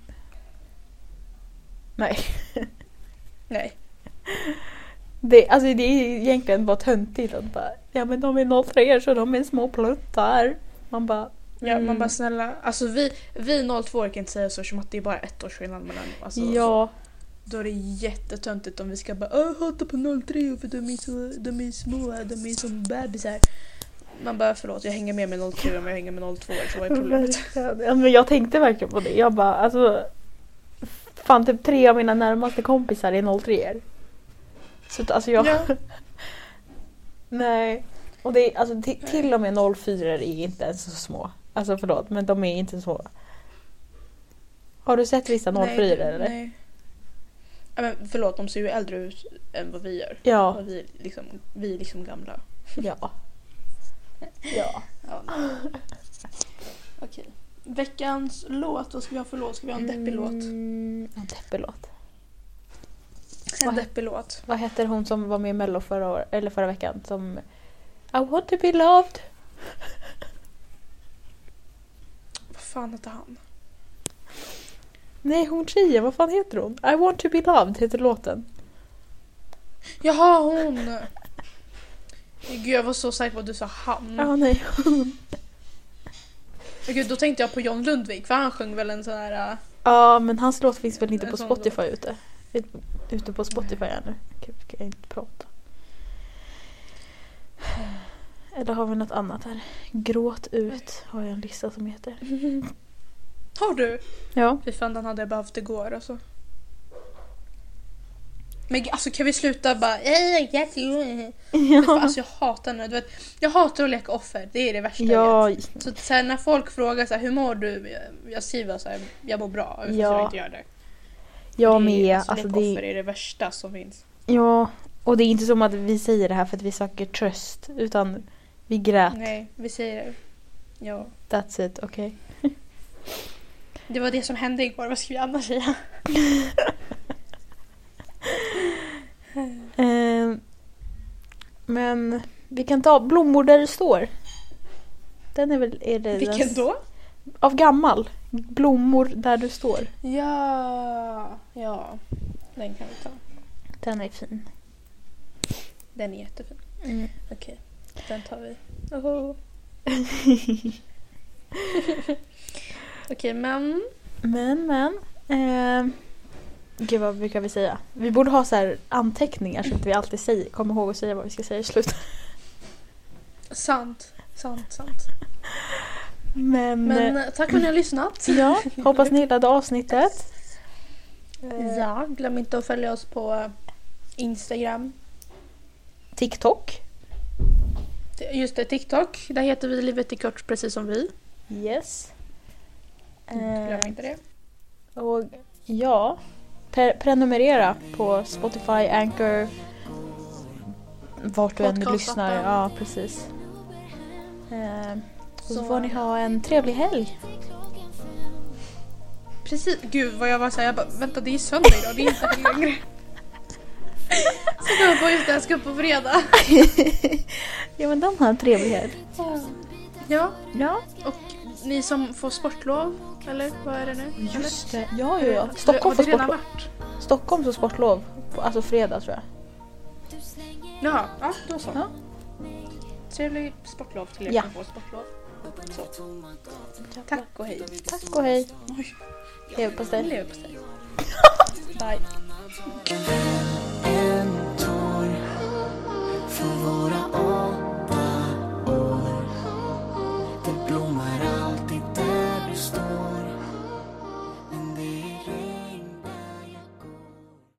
Nej. Nej. Det, alltså det är egentligen bara töntigt att bara, ja men de är noll tre så de är små pluttar. Man bara, Ja, mm. man bara snälla. Alltså vi, vi noll två kan inte säga så som att det är bara ett års skillnad mellan. Alltså, ja. Då är det jättetöntigt om vi ska bara Åh, hata på noll tre för de är, så, de är små, de är som bebisar. Man bara förlåt, jag hänger med med noll tre om jag hänger med noll två, så vad är problemet? Ja, men jag tänkte verkligen på det. Jag bara, alltså fan typ tre av mina närmaste kompisar är noll tre. Så att, alltså jag... Ja. Nej. Och det är, alltså t- till och med noll fyra är inte ens så små. Alltså förlåt, men de är inte så. Har du sett vissa noll fyra eller? Nej. Ja, men förlåt, de ser ju äldre ut än vad vi gör. Ja. Och vi, liksom, vi är liksom gamla. Ja. Ja. Ja. Okej. Veckans låt, vad ska vi ha för låt? Ska vi ha en deppig låt? Mm, en deppig låt. En vad- deppig låt. Vad heter hon som var med i Mello förra, år, eller förra veckan? Som I want to be loved. Vad fan heter han? Nej, hon tjejen, vad fan heter hon? I want to be loved heter låten. Jaha, hon! Gud, jag var så säker på att du sa han. Ja, nej. Gud, då tänkte jag på John Lundvik, för han sjöng väl en sån här... äh, Ja, men hans låt finns väl inte En på sån Spotify ute. Ute på Spotify här nu. Gud, ska jag inte prata. Eller har vi något annat här? Gråt ut har jag en lista som heter. Har du? Ja. Fy fan, den hade jag behövt igår alltså. Men alltså kan vi sluta bara... Ja. Alltså jag hatar nu, du vet. Jag hatar att leka offer, det är det värsta Ja. jag vet. Så, så här, när folk frågar så här, hur mår du? Jag, jag skriver så här, jag mår bra, fast Ja. jag inte gör det. Jag det är, med. alltså, Alltså, leka det, offer är det värsta som finns. ja. Och det är inte som att vi säger det här för att vi söker tröst. Utan vi grät. Nej, vi säger det. Ja. That's it, okej. Det var det som hände igår, vad ska vi annars säga? Eh, men vi kan ta blommor där det står. Den är väl... Är det Vilken den, då? av gammal. Blommor där du står. Ja, ja. Den kan vi ta. Den är fin. Den är jättefin. Mm. Okej, den tar vi. Oho. Okej, men... Men, men. Eh, gud, vad brukar vi säga? Vi borde ha så här anteckningar så att vi alltid säger, kommer ihåg att säga vad vi ska säga i slutet. Sant, sant, sant. Men, Men eh, tack för att ni har lyssnat. ja, hoppas ni gillade avsnittet. Eh, Ja, glöm inte att följa oss på Instagram. TikTok. Just det, TikTok. Där heter vi Livet i kort, precis som vi. Yes. Glöm Eh, inte det. och ja, pre- prenumerera på Spotify, Anchor, vart du än Podcast-appen. lyssnar. Ja, precis. Eh, och så Så- får ni ha en trevlig helg. Precis. Gud vad jag var såhär, jag bara, vänta det är söndag idag, det är inte helg längre. Så kom jag på just det, jag ska upp på fredag. Ja, men de har en trevlig helg. Ja, Ja, och ni som får sportlov, eller vad är det nu? just det. Ja, ja, ja. Eller? Stockholm får Har det redan sportlov. varit? Stockholm får sportlov. Alltså fredag, tror jag. Jaha, ja då så. Ja. Trevlig sportlov till er Ja. som får sportlov. Så. Tack och hej. Tack och hej. Oj, Leverpastej. leverpastej. Bye.